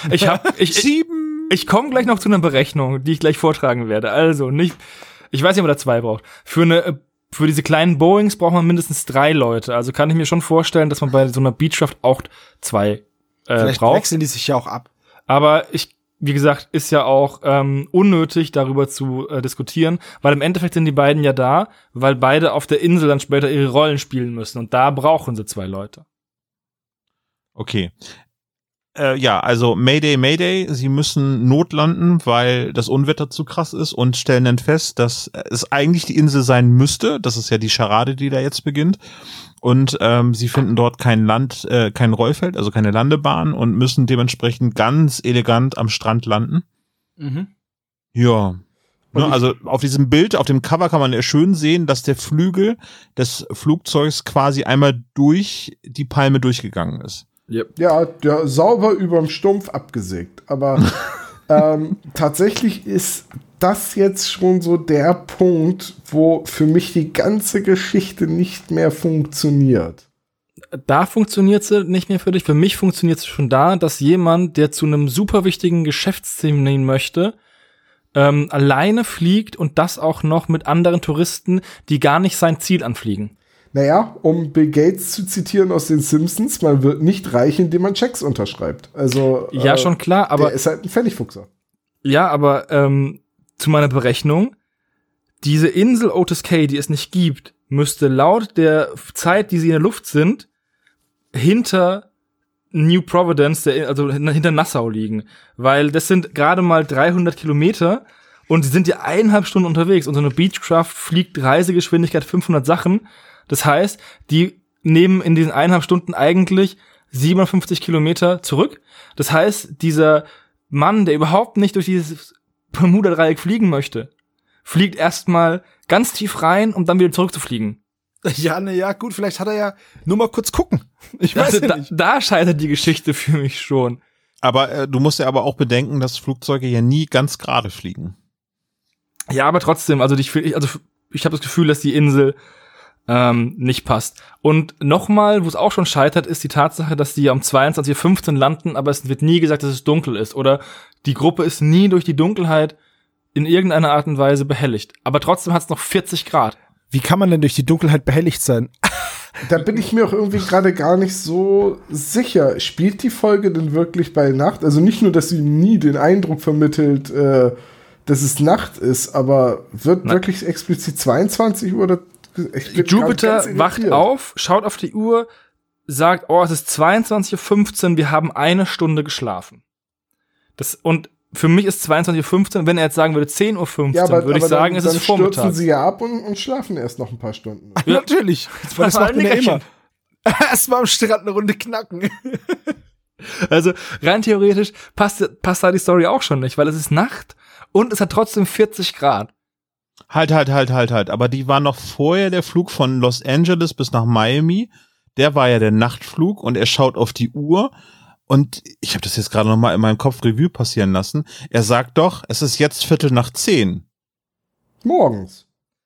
ich komme gleich noch zu einer Berechnung, die ich gleich vortragen werde. Also nicht, ich weiß nicht, ob man da 2 braucht. Für diese kleinen Boeings braucht man mindestens 3 Leute. Also kann ich mir schon vorstellen, dass man bei so einer Beechcraft auch 2 Vielleicht braucht. wechseln die sich ja auch ab. Aber wie gesagt, ist ja auch unnötig, darüber zu diskutieren, weil im Endeffekt sind die beiden ja da, weil beide auf der Insel dann später ihre Rollen spielen müssen. Und da brauchen sie 2 Leute. Okay. Ja, also Mayday, Mayday, sie müssen notlanden, weil das Unwetter zu krass ist und stellen dann fest, dass es eigentlich die Insel sein müsste. Das ist ja die Scharade, die da jetzt beginnt. Und sie finden dort kein Rollfeld, also keine Landebahn und müssen dementsprechend ganz elegant am Strand landen. Mhm. Ja. Ne, also auf diesem Bild, auf dem Cover kann man ja schön sehen, dass der Flügel des Flugzeugs quasi einmal durch die Palme durchgegangen ist. Ja, der sauber überm Stumpf abgesägt. Aber tatsächlich ist das jetzt schon so der Punkt, wo für mich die ganze Geschichte nicht mehr funktioniert. Da funktioniert sie nicht mehr für dich. Für mich funktioniert sie schon da, dass jemand, der zu einem super wichtigen Geschäftstermin möchte, alleine fliegt und das auch noch mit anderen Touristen, die gar nicht sein Ziel anfliegen. Naja, um Bill Gates zu zitieren aus den Simpsons, man wird nicht reich, indem man Checks unterschreibt. Also Ja, schon klar, aber der ist halt ein Pfennigfuchser. ja, aber zu meiner Berechnung, diese Insel Otis Cay, die es nicht gibt, müsste laut der Zeit, die sie in der Luft sind, hinter New Providence, also hinter Nassau liegen. Weil das sind gerade mal 300 Kilometer und sie sind ja 1,5 Stunden unterwegs. Und so eine Beechcraft fliegt Reisegeschwindigkeit 500 Sachen. Das heißt, die nehmen in diesen 1,5 Stunden eigentlich 57 Kilometer zurück. Das heißt, dieser Mann, der überhaupt nicht durch dieses Bermuda-Dreieck fliegen möchte, fliegt erstmal ganz tief rein, um dann wieder zurückzufliegen. Ja, ja, gut, vielleicht hat er ja nur mal kurz gucken. Ich weiß Also ja nicht. da scheitert die Geschichte für mich schon. Aber du musst ja aber auch bedenken, dass Flugzeuge ja nie ganz gerade fliegen. Ja, aber trotzdem, also ich habe das Gefühl, dass die Insel nicht passt. Und nochmal, wo es auch schon scheitert, ist die Tatsache, dass die um 22:15 Uhr landen, aber es wird nie gesagt, dass es dunkel ist. Oder die Gruppe ist nie durch die Dunkelheit in irgendeiner Art und Weise behelligt. Aber trotzdem hat es noch 40 Grad. Wie kann man denn durch die Dunkelheit behelligt sein? Da bin ich mir auch irgendwie gerade gar nicht so sicher. Spielt die Folge denn wirklich bei Nacht? Also nicht nur, dass sie nie den Eindruck vermittelt, dass es Nacht ist, aber wird wirklich explizit 22 Uhr oder Jupiter wacht auf, schaut auf die Uhr, sagt, oh, es ist 22:15 Uhr, wir haben 1 Stunde geschlafen. Und für mich ist 22:15 Uhr, wenn er jetzt sagen würde 10:15 Uhr, würde ich sagen, es ist Vormittag. Dann stürzen sie ja ab und schlafen erst noch ein paar Stunden. Ja. Natürlich. Das macht man ja immer. Nickerchen. Erstmal am Strand eine Runde knacken. Also rein theoretisch passt da die Story auch schon nicht, weil es ist Nacht und es hat trotzdem 40 Grad. Halt. Aber die war noch vorher der Flug von Los Angeles bis nach Miami. Der war ja der Nachtflug und er schaut auf die Uhr. Und ich habe das jetzt gerade noch mal in meinem Kopf Revue passieren lassen. Er sagt doch, es ist jetzt 9:45. Morgens.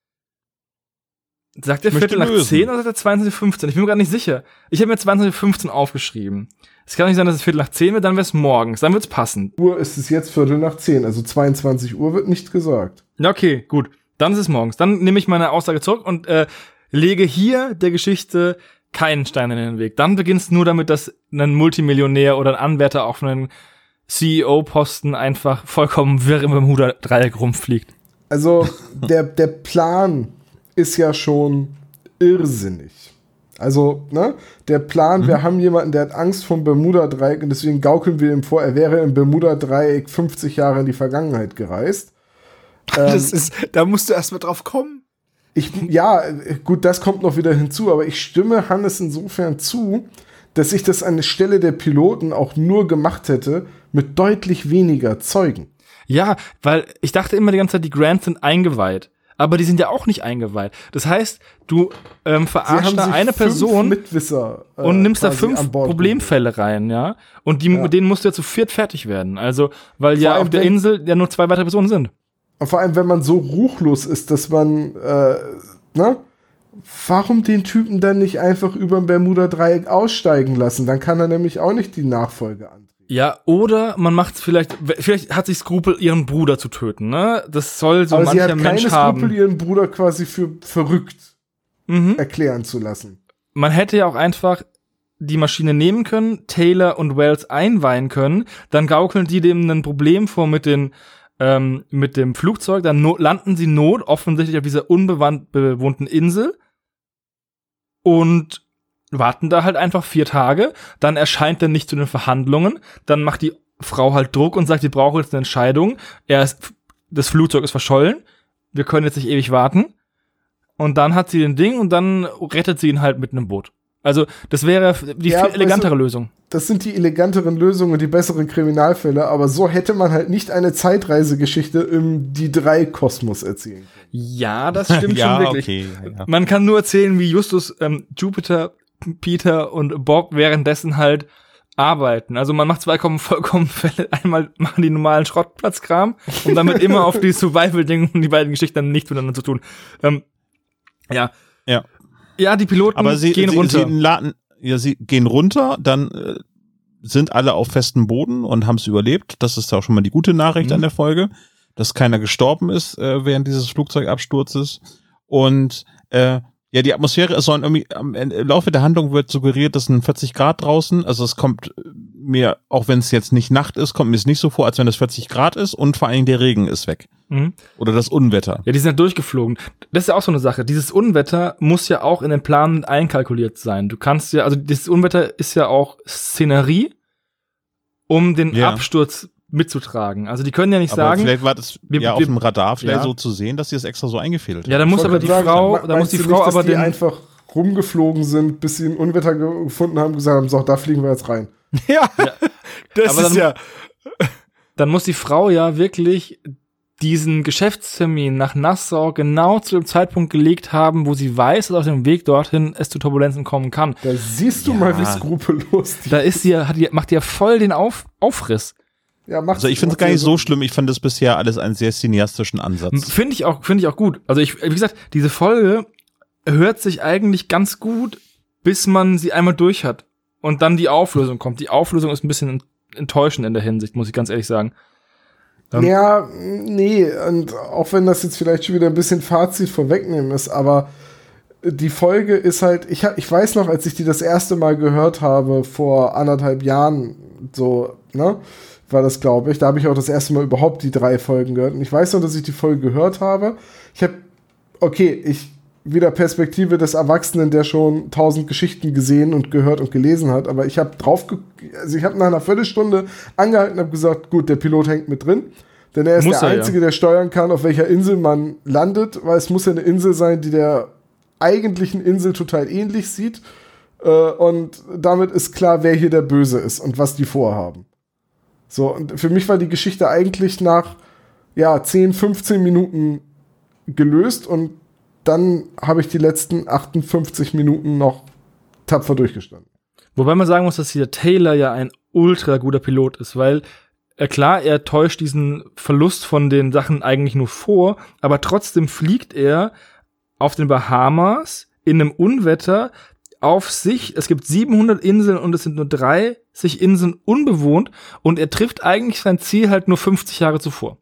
Sagt er Möchte 9:45 lösen. oder sagt er 22:15? Ich bin mir gerade nicht sicher. Ich habe mir 22:15 aufgeschrieben. Es kann nicht sein, dass es 9:45 wird, dann wäre es morgens. Dann wird's passen. Uhr ist es jetzt 9:45, also 22 Uhr wird nicht gesagt. Ja, okay, gut. Dann ist es morgens. Dann nehme ich meine Aussage zurück und lege hier der Geschichte keinen Stein in den Weg. Dann beginnt es nur damit, dass ein Multimillionär oder ein Anwärter auf einen CEO-Posten einfach vollkommen wirr im Bermuda-Dreieck rumfliegt. Also der Plan ist ja schon irrsinnig. Also, ne, der Plan, wir haben jemanden, der hat Angst vom Bermuda-Dreieck und deswegen gaukeln wir ihm vor, er wäre im Bermuda-Dreieck 50 Jahre in die Vergangenheit gereist. Da musst du erstmal drauf kommen. Gut, das kommt noch wieder hinzu, aber ich stimme Hannes insofern zu, dass ich das an der Stelle der Piloten auch nur gemacht hätte mit deutlich weniger Zeugen. Ja, weil ich dachte immer die ganze Zeit, die Grants sind eingeweiht. Aber die sind ja auch nicht eingeweiht. Das heißt, du verarschst da eine Person Mitwisser, und nimmst da 5 an Bord Problemfälle rein, ja. Und mit denen musst du ja zu 4 fertig werden. Also, weil ja auf der Insel ja nur 2 weitere Personen sind. Und vor allem, wenn man so ruchlos ist, dass man, warum den Typen dann nicht einfach über dem Bermuda-Dreieck aussteigen lassen? Dann kann er nämlich auch nicht die Nachfolge antreten. Ja, oder man macht's vielleicht hat sie Skrupel, ihren Bruder zu töten, ne? Das soll so aber mancher sie hat Mensch keine haben. Skrupel, ihren Bruder quasi für verrückt erklären zu lassen. Man hätte ja auch einfach die Maschine nehmen können, Taylor und Wells einweihen können, dann gaukeln die dem ein Problem vor mit dem Flugzeug, dann landen sie offensichtlich auf dieser unbewohnten Insel und warten da halt einfach 4 Tage, dann erscheint er nicht zu den Verhandlungen, dann macht die Frau halt Druck und sagt, sie braucht jetzt eine Entscheidung, das Flugzeug ist verschollen, wir können jetzt nicht ewig warten und dann hat sie den Ding und dann rettet sie ihn halt mit einem Boot. Also das wäre die viel elegantere Lösung. Das sind die eleganteren Lösungen und die besseren Kriminalfälle, aber so hätte man halt nicht eine Zeitreisegeschichte im Die 3 Kosmos erzählen können. Ja, das stimmt schon wirklich. Okay, ja. Man kann nur erzählen, wie Justus, Jupiter, Peter und Bob währenddessen halt arbeiten. Also man macht 2 vollkommen Fälle. Einmal machen die normalen Schrottplatzkram und damit immer auf die Survival-Dinge und die beiden Geschichten haben nichts miteinander zu tun. Ja, die Piloten gehen runter. Sie gehen runter, dann sind alle auf festem Boden und haben es überlebt. Das ist auch schon mal die gute Nachricht an der Folge, dass keiner gestorben ist während dieses Flugzeugabsturzes. Und die Atmosphäre, es sollen irgendwie im Laufe der Handlung wird suggeriert, dass 40 Grad draußen, also es kommt mir, auch wenn es jetzt nicht Nacht ist, kommt mir es nicht so vor, als wenn es 40 Grad ist und vor allen Dingen der Regen ist weg. Oder das Unwetter. Ja, die sind ja durchgeflogen. Das ist ja auch so eine Sache. Dieses Unwetter muss ja auch in den Plan mit einkalkuliert sein. Du kannst ja, also dieses Unwetter ist ja auch Szenerie, um den Absturz mitzutragen. Also die können ja nicht aber sagen. Vielleicht war das auf dem Radar vielleicht so zu sehen, dass sie das extra so eingefädelt haben. Ja, da muss aber die Frau, aber die einfach rumgeflogen sind, bis sie ein Unwetter gefunden haben, gesagt haben, so, da fliegen wir jetzt rein. Ja. Das aber ist dann muss die Frau ja wirklich diesen Geschäftstermin nach Nassau genau zu dem Zeitpunkt gelegt haben, wo sie weiß, dass auf dem Weg dorthin es zu Turbulenzen kommen kann. Da siehst du mal, wie skrupellos da ist sie macht ja voll den Aufriss. Ja, also ich finde es gar nicht so schlimm. Ich fand das bisher alles einen sehr cineastischen Ansatz. Finde ich auch gut. Also wie gesagt, diese Folge hört sich eigentlich ganz gut, bis man sie einmal durch hat und dann die Auflösung kommt. Die Auflösung ist ein bisschen enttäuschend in der Hinsicht, muss ich ganz ehrlich sagen. Ja, nee, und auch wenn das jetzt vielleicht schon wieder ein bisschen Fazit vorwegnehmen ist, aber die Folge ist halt, ich weiß noch, als ich die das erste Mal gehört habe, vor 1,5 Jahren, so, ne, war das, glaube ich, da habe ich auch das erste Mal überhaupt die 3 Folgen gehört und ich weiß noch, dass ich die Folge gehört habe. Wieder Perspektive des Erwachsenen, der schon 1000 Geschichten gesehen und gehört und gelesen hat, aber ich habe nach einer Viertelstunde angehalten und habe gesagt, gut, der Pilot hängt mit drin, denn er ist der Einzige, der steuern kann, auf welcher Insel man landet, weil es muss ja eine Insel sein, die der eigentlichen Insel total ähnlich sieht und damit ist klar, wer hier der Böse ist und was die vorhaben. So, und für mich war die Geschichte eigentlich nach 10, 15 Minuten gelöst und dann habe ich die letzten 58 Minuten noch tapfer durchgestanden. Wobei man sagen muss, dass hier Taylor ja ein ultra guter Pilot ist, weil klar, er täuscht diesen Verlust von den Sachen eigentlich nur vor, aber trotzdem fliegt er auf den Bahamas in einem Unwetter auf sich. Es gibt 700 Inseln und es sind nur 30 Inseln unbewohnt und er trifft eigentlich sein Ziel halt nur 50 Jahre zuvor.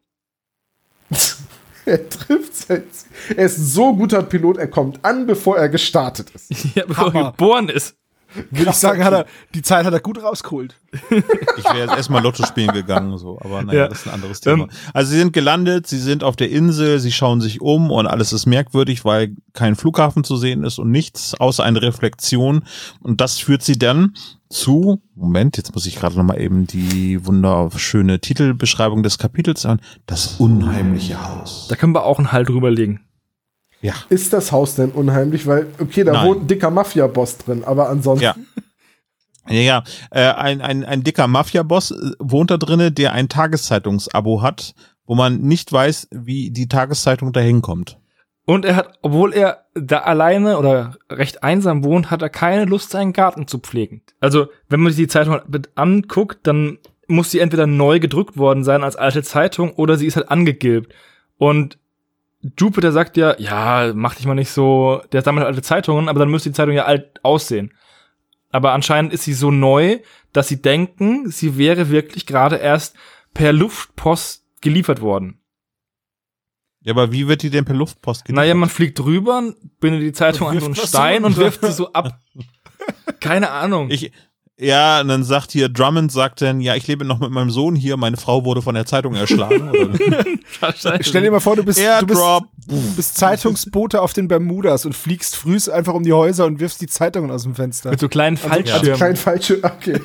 Er trifft sein Ziel. Er ist so guter Pilot, er kommt an, bevor er gestartet ist. Ja, bevor er geboren ist. Würde ich sagen, die Zeit hat er gut rausgeholt. Ich wäre jetzt erstmal Lotto spielen gegangen, so, aber naja, das ist ein anderes Thema. Also sie sind gelandet, sie sind auf der Insel, sie schauen sich um und alles ist merkwürdig, weil kein Flughafen zu sehen ist und nichts außer eine Reflexion. Und das führt sie dann zu, Moment, jetzt muss ich gerade nochmal eben die wunderschöne Titelbeschreibung des Kapitels an, das unheimliche Haus. Da können wir auch einen Halt drüber legen. Ja. Ist das Haus denn unheimlich? Weil, okay, da Nein. wohnt ein dicker Mafia-Boss drin, aber ansonsten. Ja. Ein dicker Mafia-Boss wohnt da drinne, der ein Tageszeitungsabo hat, wo man nicht weiß, wie die Tageszeitung da hinkommt. Und er hat, obwohl er da alleine oder recht einsam wohnt, hat er keine Lust, seinen Garten zu pflegen. Also, wenn man sich die Zeitung anguckt, dann muss sie entweder neu gedruckt worden sein als alte Zeitung oder sie ist halt angegilbt. Und Jupiter sagt ja, mach dich mal nicht so, der sammelt alte Zeitungen, aber dann müsste die Zeitung ja alt aussehen. Aber anscheinend ist sie so neu, dass sie denken, sie wäre wirklich gerade erst per Luftpost geliefert worden. Ja, aber wie wird die denn per Luftpost geliefert? Naja, man fliegt drüber, bindet die Zeitung an so einen Stein und wirft sie so ab. Keine Ahnung. Ja, und dann sagt hier, Drummond sagt dann, ja, ich lebe noch mit meinem Sohn hier, meine Frau wurde von der Zeitung erschlagen. Stell dir mal vor, du bist Airdrop. Zeitungsbote auf den Bermudas und fliegst frühs einfach um die Häuser und wirfst die Zeitungen aus dem Fenster. Mit so kleinen Fallschirmen. Also kein Fallschirm, okay.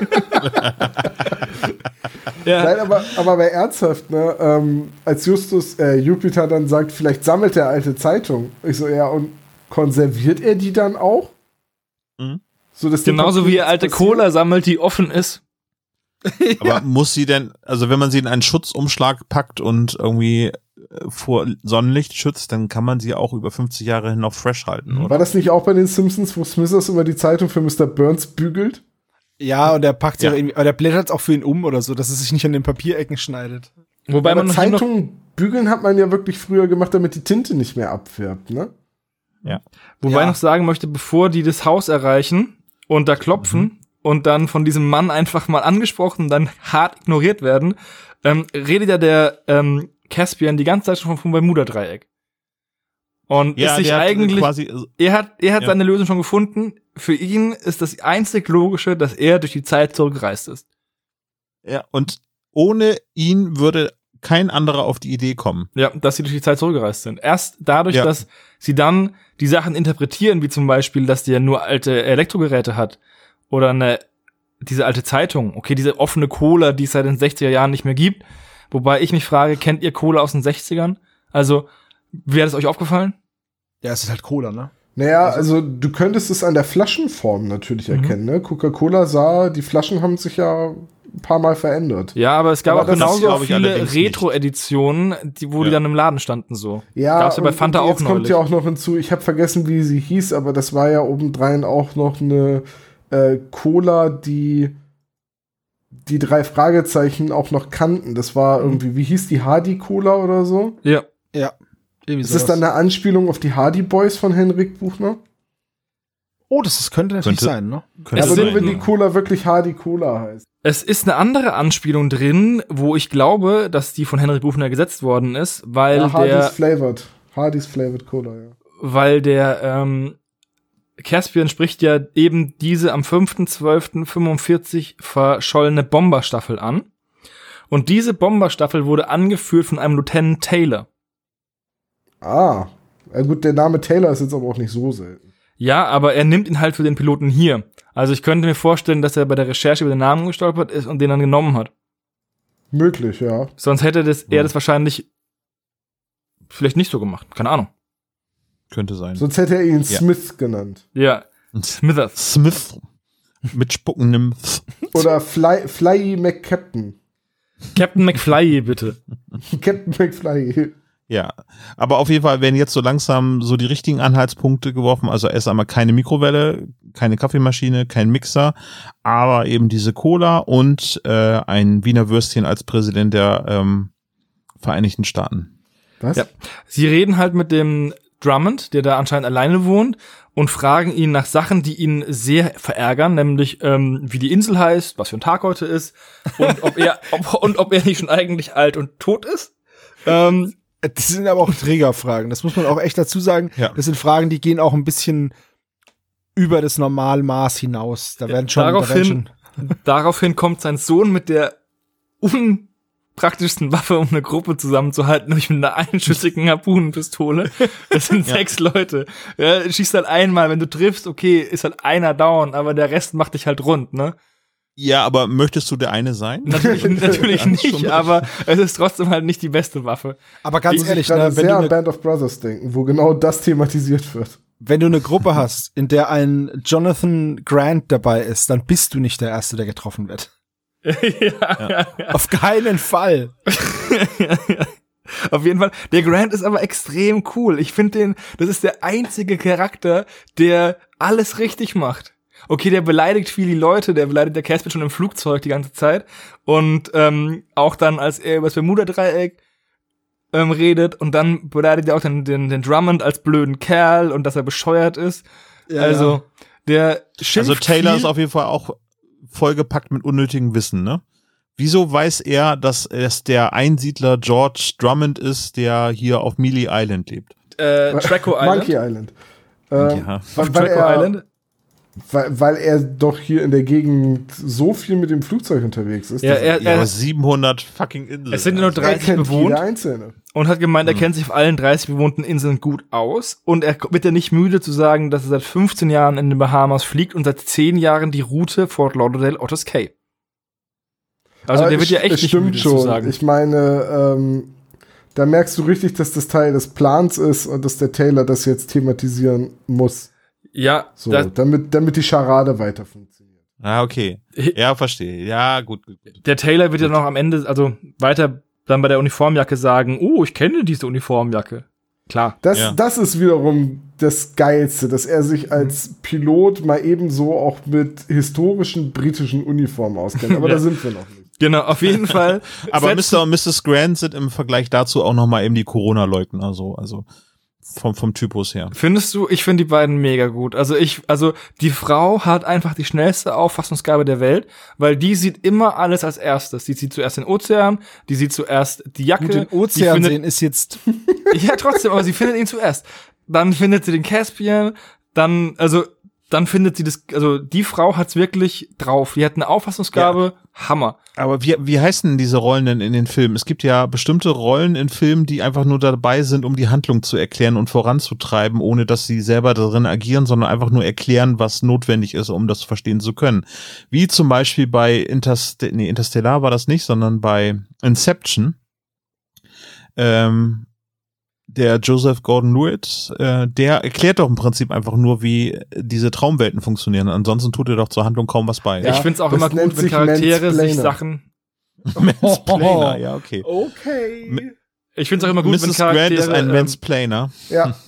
Ja. Nein, aber bei ernsthaft, ne, als Jupiter dann sagt, vielleicht sammelt er alte Zeitung. Ich so, ja, und konserviert er die dann auch? Mhm. So, dass Genauso wie er alte Cola sammelt, die offen ist. Aber muss sie denn, also wenn man sie in einen Schutzumschlag packt und irgendwie vor Sonnenlicht schützt, dann kann man sie auch über 50 Jahre hin noch fresh halten, oder? War das nicht auch bei den Simpsons, wo Smithers immer die Zeitung für Mr. Burns bügelt? Ja, und er packt sie auch irgendwie, aber der blättert auch für ihn um oder so, dass es sich nicht an den Papierecken schneidet. Wobei Aber man Zeitungen bügeln hat man ja wirklich früher gemacht, damit die Tinte nicht mehr abfärbt, ne? Ja. Wobei Ja. noch sagen möchte, bevor die das Haus erreichen und da klopfen und dann von diesem Mann einfach mal angesprochen und dann hart ignoriert werden, redet ja der Caspian die ganze Zeit schon vom Bermuda-Dreieck. Und Ja, ist sich der hat eigentlich, quasi, er hat ja. seine Lösung schon gefunden. Für ihn ist das einzig Logische, dass er durch die Zeit zurückgereist ist. ja, und ohne ihn würde kein anderer auf die Idee kommen. Ja, dass sie durch die Zeit zurückgereist sind. Erst dadurch, Ja. dass sie dann die Sachen interpretieren, wie zum Beispiel, dass der nur alte Elektrogeräte hat oder diese alte Zeitung. Okay, diese offene Cola, die es seit den 60er Jahren nicht mehr gibt. Wobei ich mich frage, kennt ihr Cola aus den 60ern? Also, wäre das euch aufgefallen? Ja, es ist halt Cola, ne? Naja, also du könntest es an der Flaschenform natürlich erkennen, ne? Coca-Cola die Flaschen haben sich ja ein paar Mal verändert. Ja, aber es gab Aber auch das genauso glaub ich viele allerdings nicht. Retro-Editionen, wo die Ja. dann im Laden standen so. Ja, Gab's ja bei und Fanta auch jetzt kommt neulich. ja auch noch hinzu, ich habe vergessen, wie sie hieß, aber das war ja obendrein auch noch eine Cola, die 3 Fragezeichen auch noch kannten. Das war irgendwie, wie hieß die, Hardy Cola oder so? Ja. Ja. Irgendwie Ist das dann eine Anspielung auf die Hardy Boys von Henrik Buchner? Oh, könnte natürlich Könnte. sein, ne? Könnte Es Aber sind- nur wenn die Cola wirklich Hardy Cola heißt. Es ist eine andere Anspielung drin, wo ich glaube, dass die von Henrik Buchner gesetzt worden ist, weil Ja, der Hardy's Flavored Cola, ja. weil der Caspian spricht ja eben diese am 5.12.45 verschollene Bomberstaffel an. Und diese Bomberstaffel wurde angeführt von einem Lieutenant Taylor. Ah, ja gut, der Name Taylor ist jetzt aber auch nicht so selten. Ja, aber er nimmt ihn halt für den Piloten hier. Also ich könnte mir vorstellen, dass er bei der Recherche über den Namen gestolpert ist und den dann genommen hat. Möglich, ja. Sonst hätte er das wahrscheinlich vielleicht nicht so gemacht. Keine Ahnung. Könnte sein. Sonst hätte er ihn Ja. Smith genannt. Ja, Smithers. Smith mit spuckendem Oder Fly McCaptain. Captain McFly, bitte. Captain McFly. Ja, aber auf jeden Fall werden jetzt so langsam so die richtigen Anhaltspunkte geworfen. Also erst einmal keine Mikrowelle, keine Kaffeemaschine, kein Mixer, aber eben diese Cola und ein Wiener Würstchen als Präsident der Vereinigten Staaten. Was? Ja. Sie reden halt mit dem Drummond, der da anscheinend alleine wohnt, und fragen ihn nach Sachen, die ihn sehr verärgern, nämlich wie die Insel heißt, was für ein Tag heute ist und ob er nicht schon eigentlich alt und tot ist. Das sind aber auch Trägerfragen. Das muss man auch echt dazu sagen. Ja. Das sind Fragen, die gehen auch ein bisschen über das Normalmaß hinaus. Da werden schon Daraufhin kommt sein Sohn mit der unpraktischsten Waffe, um eine Gruppe zusammenzuhalten, nämlich mit einer einschüssigen Harpunenpistole. Das sind 6 Leute. Ja, schießt halt einmal, wenn du triffst, okay, ist halt einer down, aber der Rest macht dich halt rund, ne? Ja, aber möchtest du der eine sein? Natürlich nicht, aber es ist trotzdem halt nicht die beste Waffe. Aber ganz Muss ehrlich, ich gerade ne, wenn sehr du an Band of Brothers denken, wo genau das thematisiert wird. Wenn du eine Gruppe hast, in der ein Jonathan Grant dabei ist, dann bist du nicht der Erste, der getroffen wird. Ja. Auf keinen Fall. Auf jeden Fall. Der Grant ist aber extrem cool. Ich finde das ist der einzige Charakter, der alles richtig macht. Okay, der beleidigt viele Leute, der beleidigt der Caspian schon im Flugzeug die ganze Zeit. Und auch dann, als er über das Bermuda-Dreieck redet, und dann beleidigt er auch den Drummond als blöden Kerl und dass er bescheuert ist. Ja, also, der schimpft Also Taylor viel. ist auf jeden Fall auch vollgepackt mit unnötigem Wissen, ne? Wieso weiß er, dass es der Einsiedler George Drummond ist, der hier auf Mealy Island lebt? Draco Island. Monkey Island. Ja. Auf Draco Island. Weil er doch hier in der Gegend so viel mit dem Flugzeug unterwegs ist. Ja, dass Ja, 700 fucking Inseln. Es sind nur Also, 30 kennt bewohnt. jeder Einzelne. Und hat gemeint, er kennt sich auf allen 30 bewohnten Inseln gut aus. Und er wird ja nicht müde zu sagen, dass er seit 15 Jahren in den Bahamas fliegt und seit 10 Jahren die Route Fort Lauderdale Otters Cay. Also Aber der wird ja echt es nicht stimmt müde schon. zu sagen. Ich meine, da merkst du richtig, dass das Teil des Plans ist und dass der Taylor das jetzt thematisieren muss. Ja, So, das, damit die Scharade weiter funktioniert. Ah, okay. Ja, verstehe. Ja, gut. der Taylor wird ja noch am Ende, also weiter dann bei der Uniformjacke sagen, ich kenne diese Uniformjacke. Klar. Das ist wiederum das Geilste, dass er sich als Pilot mal ebenso auch mit historischen britischen Uniformen auskennt. Aber Ja. da sind wir noch nicht. Genau, auf jeden Fall. Aber setzt- Mr. und Mrs. Grant sind im Vergleich dazu auch noch mal eben die Corona-Leugner, also vom Typus her. Findest du? Ich finde die beiden mega gut. Also die Frau hat einfach die schnellste Auffassungsgabe der Welt, weil die sieht immer alles als erstes. Die sieht zuerst den Ozean, die sieht zuerst die Jacke. Gut, den die Ozean findet, sehen ist jetzt Ja, trotzdem, aber sie findet ihn zuerst. Dann findet sie den Caspian, dann findet sie die Frau hat's wirklich drauf. Die hat eine Auffassungsgabe, Hammer. Aber wie heißen denn diese Rollen denn in den Filmen? Es gibt ja bestimmte Rollen in Filmen, die einfach nur dabei sind, um die Handlung zu erklären und voranzutreiben, ohne dass sie selber darin agieren, sondern einfach nur erklären, was notwendig ist, um das verstehen zu können. Wie zum Beispiel bei Interstellar war das nicht, sondern bei Inception. Der Joseph Gordon-Levitt, der erklärt doch im Prinzip einfach nur, wie diese Traumwelten funktionieren. Ansonsten tut er doch zur Handlung kaum was bei. Ja, Ich find's auch das immer nennt gut, wenn sich Charaktere sich Mansplainer. Sachen. Mansplainer, ja, okay. Okay. Ich find's auch immer gut, wenn Mrs. Grant Charaktere. ist ein Mansplainer. Ja.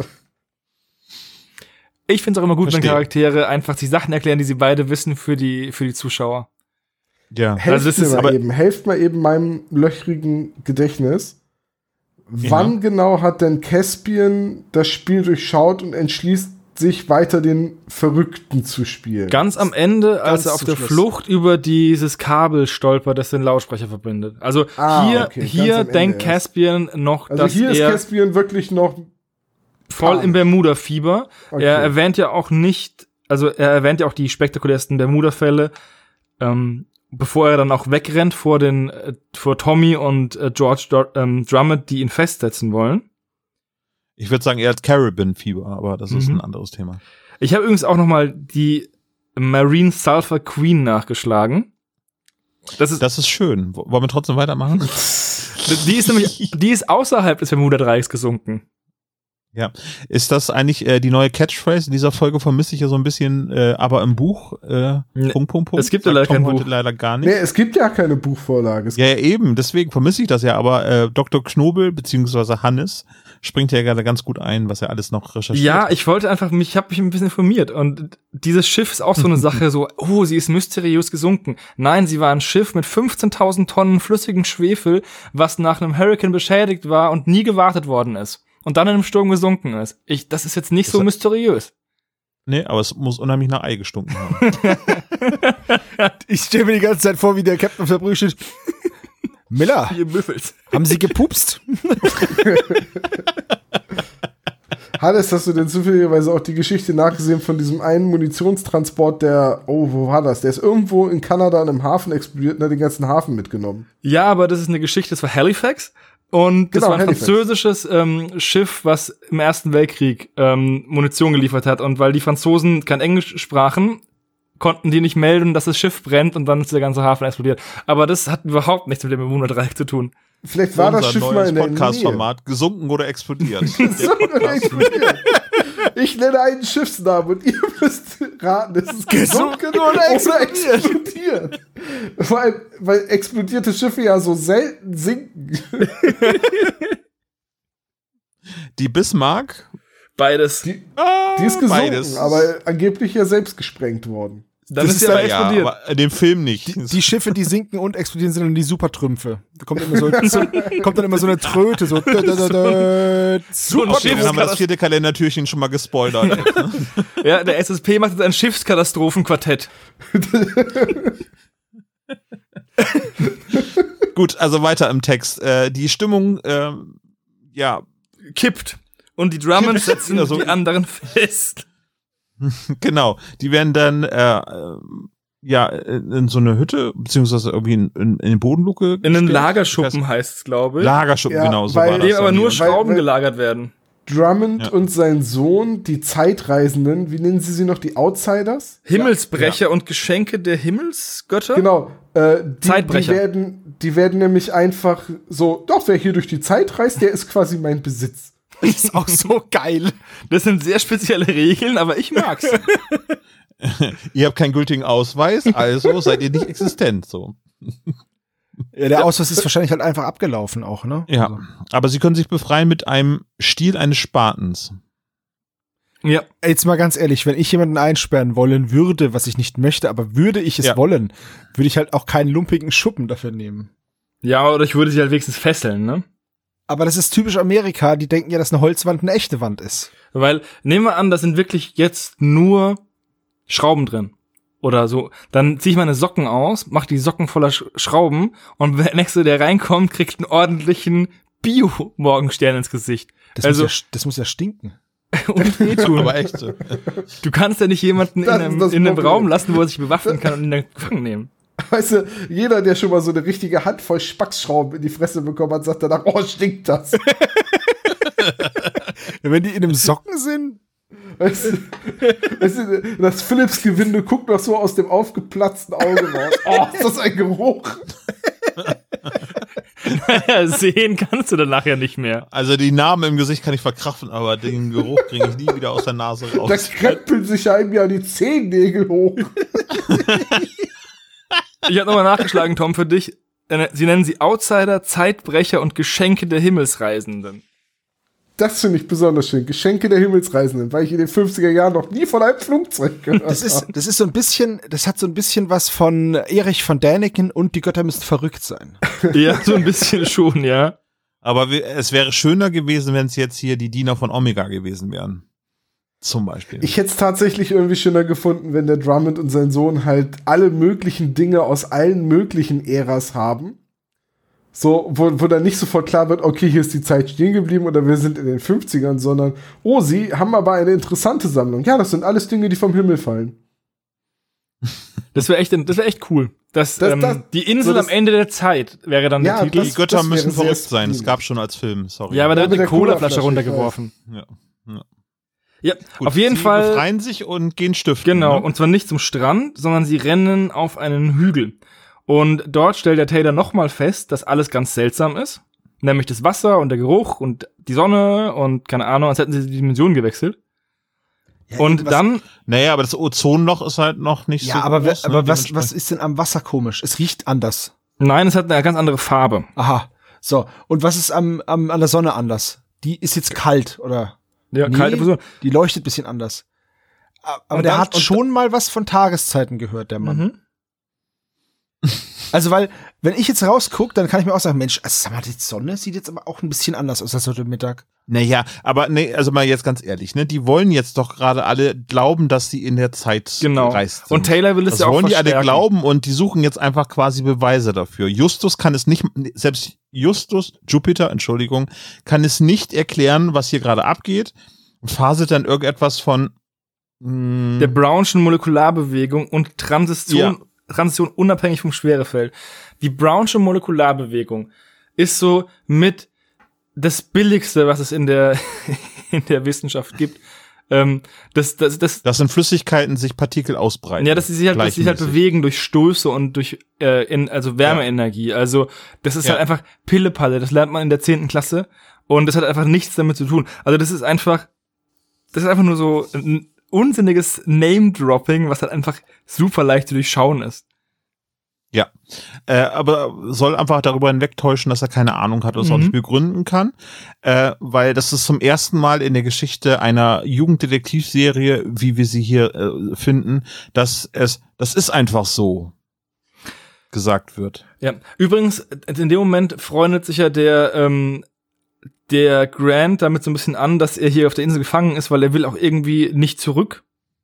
Ich find's auch immer gut, Verstehe. wenn Charaktere einfach die Sachen erklären, die sie beide wissen für die Zuschauer. Ja. Helft das mir ist mal aber- eben. Helft mal eben meinem löchrigen Gedächtnis. Wann genau hat denn Caspian das Spiel durchschaut und entschließt sich weiter den Verrückten zu spielen? Ganz am Ende, als Ganz er auf zum der Schluss. Flucht über dieses Kabel stolpert, das den Lautsprecher verbindet. Also Okay, hier ganz am Ende denkt erst. Caspian noch, Also dass hier ist er Caspian wirklich noch voll im Bermuda-Fieber. Okay. Er erwähnt ja auch auch die spektakulärsten Bermuda-Fälle, bevor er dann auch wegrennt vor Tommy und George Drummond, die ihn festsetzen wollen. Ich würde sagen, er hat Caribbean-Fieber, aber das ist ein anderes Thema. Ich habe übrigens auch noch mal die Marine Sulphur Queen nachgeschlagen. Das ist schön. Wollen wir trotzdem weitermachen? die ist außerhalb des Bermuda-Dreiecks gesunken. Ja. Ist das eigentlich die neue Catchphrase? In dieser Folge vermisse ich ja so ein bisschen, aber im Buch, Punkt. Es gibt ja Sagt leider kein Tom heute Buch. leider gar nicht. Nee, es gibt ja keine Buchvorlage. Ja, eben, deswegen vermisse ich das ja, aber Dr. Knobel beziehungsweise Hannes springt ja gerade ganz gut ein, was er alles noch recherchiert. Ja, ich wollte einfach ich habe mich ein bisschen informiert und dieses Schiff ist auch so eine Sache, so, sie ist mysteriös gesunken. Nein, sie war ein Schiff mit 15.000 Tonnen flüssigem Schwefel, was nach einem Hurricane beschädigt war und nie gewartet worden ist. Und dann in einem Sturm gesunken ist. Das ist jetzt nicht so mysteriös. Nee, aber es muss unheimlich nach Ei gestunken haben. Ich stelle mir die ganze Zeit vor, wie der Captain auf der Brühe steht. Miller, Ihr Büffels. haben Sie gepupst? Hannes, hast du denn zufälligerweise auch die Geschichte nachgesehen von diesem einen Munitionstransport, wo war das? Der ist irgendwo in Kanada in einem Hafen explodiert und hat den ganzen Hafen mitgenommen. Ja, aber das ist eine Geschichte, das war Halifax. Und das Genau, war ein Halifax. französisches Schiff, was im Ersten Weltkrieg Munition geliefert hat. Und weil die Franzosen kein Englisch sprachen, konnten die nicht melden, dass das Schiff brennt und dann ist der ganze Hafen explodiert. Aber das hat überhaupt nichts mit dem Bermuda-Dreieck zu tun. Vielleicht war das Schiff mal in der Nähe. Podcast-Format gesunken oder explodiert. Gesunken oder explodiert. Ich nenne einen Schiffsnamen und ihr müsst raten, es ist gesunken oder explodiert. Vor allem, weil explodierte Schiffe ja so selten sinken. Die Bismarck? Beides. Die ist gesunken, aber angeblich ja selbst gesprengt worden. Dann ist sie aber explodiert. Ja, aber in dem Film nicht. Die Schiffe, die sinken und explodieren, sind dann die Supertrümpfe. Da kommt dann immer so eine Tröte, so. So ein Dann haben wir das 4. Kalendertürchen schon mal gespoilert. Ja, der SSP macht jetzt ein Schiffskatastrophenquartett. Gut, also weiter im Text. Die Stimmung, Kippt. Und die Drummonds setzen also, die anderen fest. Genau, die werden dann in so eine Hütte, beziehungsweise irgendwie in eine Bodenluke in einen Lagerschuppen heißt es, glaube ich. Lagerschuppen, Ja, genau, so weil- war In dem das. aber nur weil- Schrauben weil- gelagert werden. Drummond und sein Sohn, die Zeitreisenden, wie nennen sie noch, die Outsiders? Himmelsbrecher und Geschenke der Himmelsgötter? Genau. Zeitbrecher. Die werden nämlich einfach so, doch, wer hier durch die Zeit reist, der ist quasi mein Besitz. Das ist auch so geil. Das sind sehr spezielle Regeln, aber ich mag's. Ihr habt keinen gültigen Ausweis, also seid ihr nicht existent, so. Ja, der Ausweis ist wahrscheinlich halt einfach abgelaufen auch, ne? Ja, Also. aber sie können sich befreien mit einem Stiel eines Spatens. Ja. Jetzt mal ganz ehrlich, wenn ich jemanden einsperren wollen würde, was ich nicht möchte, aber würde ich es Ja. wollen, würde ich halt auch keinen lumpigen Schuppen dafür nehmen. Ja, oder ich würde sie halt wenigstens fesseln, ne? Aber das ist typisch Amerika, die denken ja, dass eine Holzwand eine echte Wand ist. Weil, nehmen wir an, da sind wirklich jetzt nur Schrauben drin. Oder so. Dann ziehe ich meine Socken aus, mach die Socken voller Schrauben und der Nächste, der reinkommt, kriegt einen ordentlichen Bio-Morgenstern ins Gesicht. Das muss ja stinken. Und wehtun. Aber echt so. Du kannst ja nicht jemanden Das ist das in einem Problem. Raum lassen, wo er sich bewaffnen kann und ihn dann gefangen nehmen. Weißt du, jeder, der schon mal so eine richtige Handvoll Spacksschrauben in die Fresse bekommen hat, sagt danach, oh, stinkt das. Ja, wenn die in einem Socken sind, Weißt du, das Philips-Gewinde guckt noch so aus dem aufgeplatzten Auge raus. Oh, ist das ein Geruch? Sehen kannst du danach ja nicht mehr. Also die Narben im Gesicht kann ich verkraften, aber den Geruch kriege ich nie wieder aus der Nase Da raus. krempeln sich einem ja die Zehennägel hoch. Ich habe nochmal nachgeschlagen, Tom, für dich. Sie nennen sie Outsider, Zeitbrecher und Geschenke der Himmelsreisenden. Das finde ich besonders schön. Geschenke der Himmelsreisenden, weil ich in den 50er Jahren noch nie von einem Flugzeug gehört habe. das ist so ein bisschen, das hat so ein bisschen was von Erich von Däniken und die Götter müssen verrückt sein. Ja, so ein bisschen schon, ja. Aber es wäre schöner gewesen, wenn es jetzt hier die Diener von Omega gewesen wären. Zum Beispiel. Ich hätte es tatsächlich irgendwie schöner gefunden, wenn der Drummond und sein Sohn halt alle möglichen Dinge aus allen möglichen Äras haben. So, wo dann nicht sofort klar wird, okay, hier ist die Zeit stehen geblieben oder wir sind in den 50ern, sondern, oh, sie haben aber eine interessante Sammlung. Ja, das sind alles Dinge, die vom Himmel fallen. Das wäre echt cool. Die Insel so das- am Ende der Zeit wäre dann Ja, der Titel. Die Götter das wäre müssen sehr verrückt sein. Es skurril. gab schon als Film, sorry. Ja, aber da Ja, wird mit eine der Colaflasche, Colaflasche runtergeworfen. Ja. Ja, Gut, auf jeden sie Fall. befreien sich und gehen stiften. Genau, Ne? und zwar nicht zum Strand, sondern sie rennen auf einen Hügel. Und dort stellt der Taylor nochmal fest, dass alles ganz seltsam ist. Nämlich das Wasser und der Geruch und die Sonne und keine Ahnung, als hätten sie die Dimension gewechselt. Und dann, Naja, aber das Ozonloch ist halt noch nicht so Ja, aber groß. was ist denn am Wasser komisch? Es riecht anders. nein, es hat eine ganz andere Farbe. Aha. So. Und was ist an der Sonne anders? Die ist jetzt kalt, oder? Ja, Nee, kalte Person. Die leuchtet ein bisschen anders. Aber Und der dann- hat schon mal was von Tageszeiten gehört, der Mann. Mhm. Also, weil, wenn ich jetzt rausgucke, dann kann ich mir auch sagen, Mensch, also, sag mal, die Sonne sieht jetzt aber auch ein bisschen anders aus als heute Mittag. Naja, aber nee, also mal jetzt ganz ehrlich, ne, die wollen jetzt doch gerade alle glauben, dass sie in der Zeit Genau. gereist sind. Und Taylor will es das ja auch wollen die alle verstärken. glauben und die suchen jetzt einfach quasi Beweise dafür. Justus kann es nicht, selbst Jupiter, Entschuldigung, kann es nicht erklären, was hier gerade abgeht und faselt dann irgendetwas von Der Brownschen Molekularbewegung und Transition unabhängig vom Schwerefeld. Die Brownschen Molekularbewegung ist so mit das Billigste, was es in der in der Wissenschaft gibt. Dass in Flüssigkeiten sich Partikel ausbreiten. Ja, dass sie sich halt bewegen durch Stöße und durch Wärmeenergie. Also das ist halt einfach Pillepalle. Das lernt man in der 10. Klasse und das hat einfach nichts damit zu tun. Also das ist einfach nur so ein unsinniges Name-Dropping, was halt einfach super leicht zu durchschauen ist. Ja, aber soll einfach darüber hinwegtäuschen, dass er keine Ahnung hat oder es auch nicht begründen kann, weil das ist zum ersten Mal in der Geschichte einer Jugenddetektivserie, wie wir sie hier finden, das ist einfach so gesagt wird. Ja, übrigens, in dem Moment freundet sich ja der Grant damit so ein bisschen an, dass er hier auf der Insel gefangen ist, weil er will auch irgendwie nicht zurück.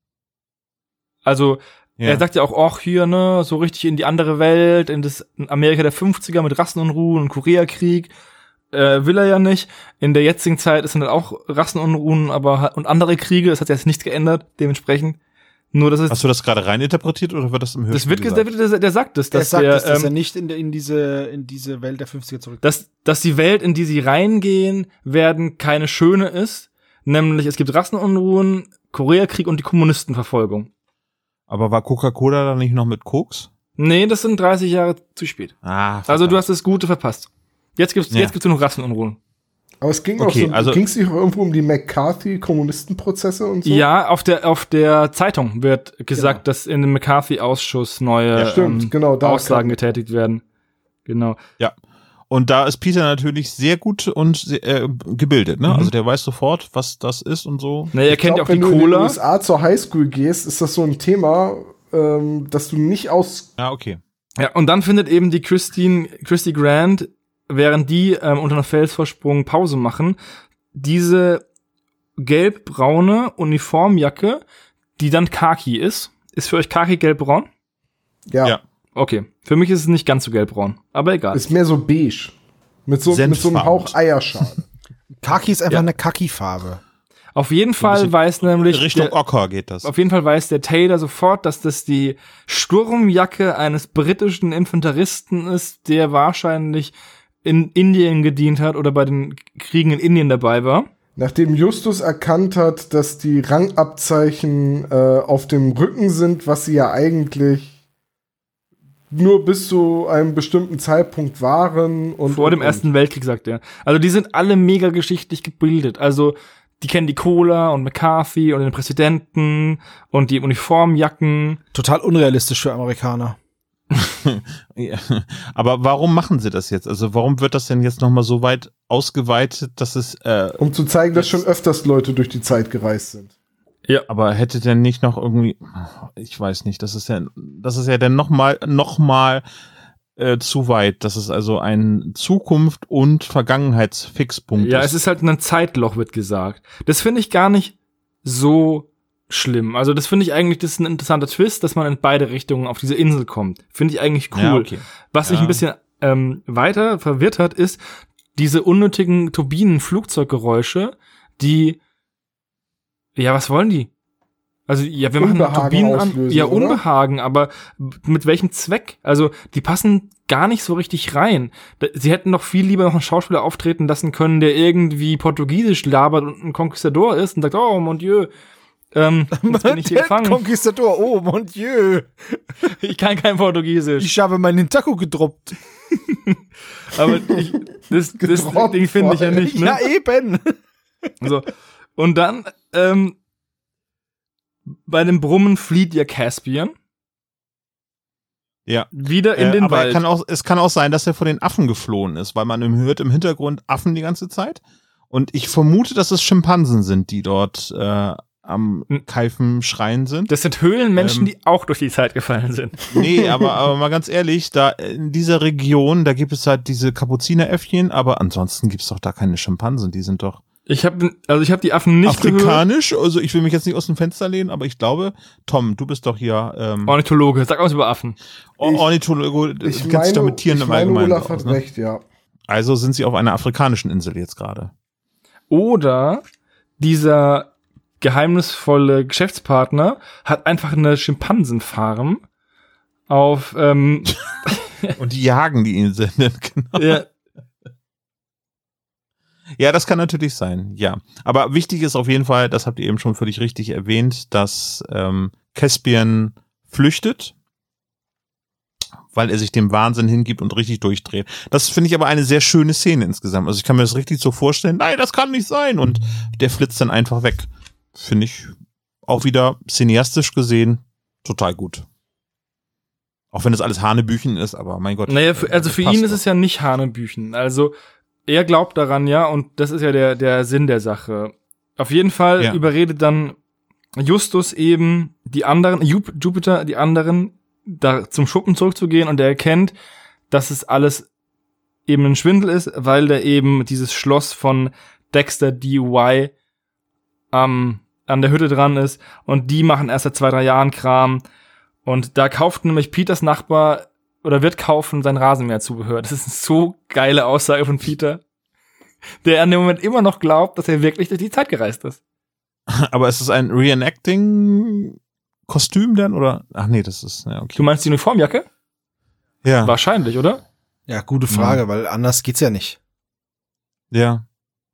Also, er sagt ja auch, ach, hier, ne, so richtig in die andere Welt, in das Amerika der 50er mit Rassenunruhen und Koreakrieg, will er ja nicht. In der jetzigen Zeit sind dann auch Rassenunruhen, und andere Kriege, es hat jetzt nichts geändert, dementsprechend. Nur, dass es. Hast du das gerade reininterpretiert oder wird das im Hörspiel gesagt? Der sagt es, dass dass er nicht in diese Welt der 50er zurückgeht. Dass die Welt, in die sie reingehen werden, keine schöne ist. Nämlich, es gibt Rassenunruhen, Koreakrieg und die Kommunistenverfolgung. Aber war Coca-Cola da nicht noch mit Koks? Nee, das sind 30 Jahre zu spät. Also du hast das Gute verpasst. Jetzt gibt's nur noch Rassenunruhen. Aber es ging ging's nicht auch irgendwo um die McCarthy-Kommunistenprozesse und so? Ja, auf der Zeitung wird gesagt, dass in dem McCarthy-Ausschuss neue Aussagen getätigt werden. Genau. Ja. Und da ist Peter natürlich sehr gut und gebildet, ne? Also der weiß sofort, was das ist und so. Na, er kennt ja auch die Cola. Wenn du in den USA zur Highschool gehst, ist das so ein Thema, dass du nicht Ja, okay. Ja, und dann findet eben die Christy Grant, während die unter einem Felsvorsprung Pause machen, diese gelb-braune Uniformjacke, die dann Khaki ist. Ist für euch Khaki gelb-braun? Ja. Okay. Für mich ist es nicht ganz so gelb-braun, aber egal. Ist mehr so beige. Mit so einem Hauch Eierschal. Khaki ist einfach eine Khaki-Farbe. Auf jeden Fall weiß nämlich Richtung Ocker geht das. Auf jeden Fall weiß der Taylor sofort, dass das die Sturmjacke eines britischen Infanteristen ist, der wahrscheinlich in Indien gedient hat oder bei den Kriegen in Indien dabei war. Nachdem Justus erkannt hat, dass die Rangabzeichen auf dem Rücken sind, was sie ja eigentlich nur bis zu einem bestimmten Zeitpunkt waren. Vor dem Ersten Weltkrieg, sagt er. Also die sind alle mega geschichtlich gebildet. Also die kennen die Cola und McCarthy und den Präsidenten und die Uniformjacken. Total unrealistisch für Amerikaner. Ja. Aber warum machen sie das jetzt? Also warum wird das denn jetzt nochmal so weit ausgeweitet, dass es um zu zeigen, dass schon öfters Leute durch die Zeit gereist sind. Ja. Aber hätte denn nicht noch irgendwie, ich weiß nicht, das ist ja dann noch mal zu weit. Das ist also ein Zukunft- und Vergangenheitsfixpunkt. Ja, es ist halt ein Zeitloch, wird gesagt. Das finde ich gar nicht so schlimm. Also das finde ich eigentlich, das ist ein interessanter Twist, dass man in beide Richtungen auf diese Insel kommt. Finde ich eigentlich cool. Ja, okay. Was mich ein bisschen weiter verwirrt hat, ist diese unnötigen Turbinen-Flugzeuggeräusche, die ja, was wollen die? Also, ja, wir machen Turbinen an. Ja, Unbehagen, aber mit welchem Zweck? Also, die passen gar nicht so richtig rein. Sie hätten doch viel lieber noch einen Schauspieler auftreten lassen können, der irgendwie Portugiesisch labert und ein Conquistador ist und sagt, oh, mon Dieu, jetzt bin ich hier gefangen. Conquistador, oh, mon Dieu. Ich kann kein Portugiesisch. Ich habe meinen Taco gedroppt. Aber das Ding finde ich ja nicht, ne? Ja, eben. So. Und dann, bei dem Brummen flieht ja Caspian. Ja. Wieder in den aber Wald. Es kann auch sein, dass er vor den Affen geflohen ist, weil man hört im Hintergrund Affen die ganze Zeit. Und ich vermute, dass es Schimpansen sind, die dort am Keifen schreien sind. Das sind Höhlenmenschen, die auch durch die Zeit gefallen sind. Nee, aber mal ganz ehrlich, da in dieser Region, da gibt es halt diese Kapuzineräffchen, aber ansonsten gibt es doch da keine Schimpansen, die sind doch Ich habe die Affen nicht afrikanisch, also ich will mich jetzt nicht aus dem Fenster lehnen, aber ich glaube, Tom, du bist doch hier Ornithologe, sag was über Affen. Ornithologe, ich kennt sich doch mit Tieren im Allgemeinen Olaf aus, hat ne? recht, ja. Also sind sie auf einer afrikanischen Insel jetzt gerade. Oder dieser geheimnisvolle Geschäftspartner hat einfach eine Schimpansenfarm auf Und die jagen die Insel, genau. Ja. Ja, das kann natürlich sein, ja. Aber wichtig ist auf jeden Fall, das habt ihr eben schon völlig richtig erwähnt, dass Caspian flüchtet, weil er sich dem Wahnsinn hingibt und richtig durchdreht. Das finde ich aber eine sehr schöne Szene insgesamt. Also ich kann mir das richtig so vorstellen, nein, das kann nicht sein. Und der flitzt dann einfach weg. Finde ich auch wieder cineastisch gesehen total gut. Auch wenn das alles Hanebüchen ist, aber mein Gott. Naja, für ihn ist es ja nicht Hanebüchen. Also er glaubt daran, ja, und das ist ja der Sinn der Sache. Auf jeden Fall überredet dann Justus eben die anderen, Jupiter, die anderen, da zum Schuppen zurückzugehen, und er erkennt, dass es alles eben ein Schwindel ist, weil da eben dieses Schloss von Dexter DY an der Hütte dran ist, und die machen erst seit 2-3 Jahren Kram, und da kauft nämlich Peters Nachbar oder wird kaufen sein Rasenmäherzubehör. Das ist eine so geile Aussage von Peter, der an dem Moment immer noch glaubt, dass er wirklich durch die Zeit gereist ist. Aber ist es ein Reenacting-Kostüm denn, oder? Ach nee, das ist, ja, okay. Du meinst die Uniformjacke? Ja. Wahrscheinlich, oder? Ja, gute Frage, weil anders geht's ja nicht. Ja.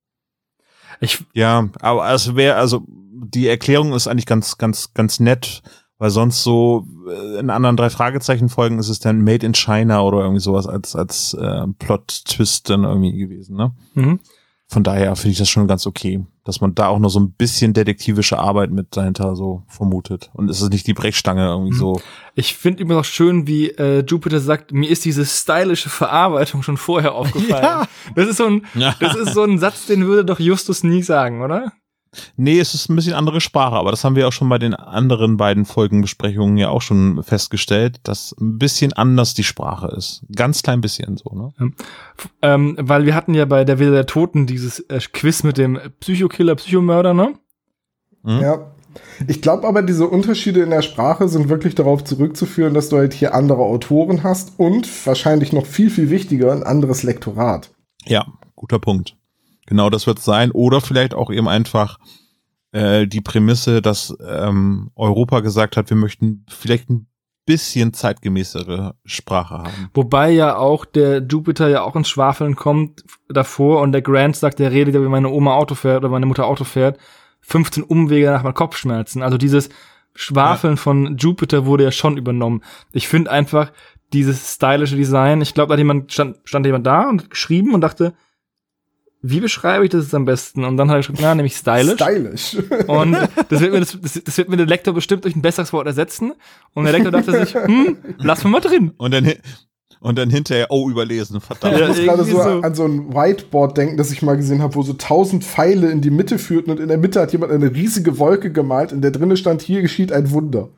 Ja, aber es wäre, also die Erklärung ist eigentlich ganz nett, weil sonst so in anderen 3 Fragezeichen-Folgen ist es dann Made in China oder irgendwie sowas als Plot-Twist dann irgendwie gewesen, ne? Mhm. Von daher finde ich das schon ganz okay, dass man da auch noch so ein bisschen detektivische Arbeit mit dahinter so vermutet. Und es ist nicht die Brechstange irgendwie so. Ich finde immer noch schön, wie Jupiter sagt, mir ist diese stylische Verarbeitung schon vorher aufgefallen. Ja. Das ist so ein Satz, den würde doch Justus nie sagen, oder? Nee, es ist ein bisschen andere Sprache, aber das haben wir auch schon bei den anderen beiden Folgenbesprechungen ja auch schon festgestellt, dass ein bisschen anders die Sprache ist. Ganz klein bisschen so, ne? Weil wir hatten ja bei der Villa der Toten dieses Quiz mit dem Psychokiller, Psychomörder, ne? Mhm. Ja. Ich glaube aber, diese Unterschiede in der Sprache sind wirklich darauf zurückzuführen, dass du halt hier andere Autoren hast und wahrscheinlich noch viel, viel wichtiger, ein anderes Lektorat. Ja, guter Punkt. Genau, das wird es sein. Oder vielleicht auch eben einfach die Prämisse, dass Europa gesagt hat, wir möchten vielleicht ein bisschen zeitgemäßere Sprache haben. Wobei ja auch der Jupiter ja auch ins Schwafeln kommt davor, und der Grant sagt, der redet ja, wie meine Oma Auto fährt oder meine Mutter Auto fährt, 15 Umwege nach meinen Kopfschmerzen. Also dieses Schwafeln von Jupiter wurde ja schon übernommen. Ich finde einfach dieses stylische Design, ich glaube, da stand jemand da und geschrieben und dachte, wie beschreibe ich das jetzt am besten? Und dann habe ich geschrieben, nämlich stylisch. Stylisch. Und das wird mir der Lektor bestimmt durch ein besseres Wort ersetzen. Und der Lektor dachte sich, lass mal drin. Und dann hinterher, überlesen, verdammt. Ich muss gerade so an so ein Whiteboard denken, das ich mal gesehen habe, wo so 1000 Pfeile in die Mitte führten, und in der Mitte hat jemand eine riesige Wolke gemalt, in der drinnen stand, hier geschieht ein Wunder.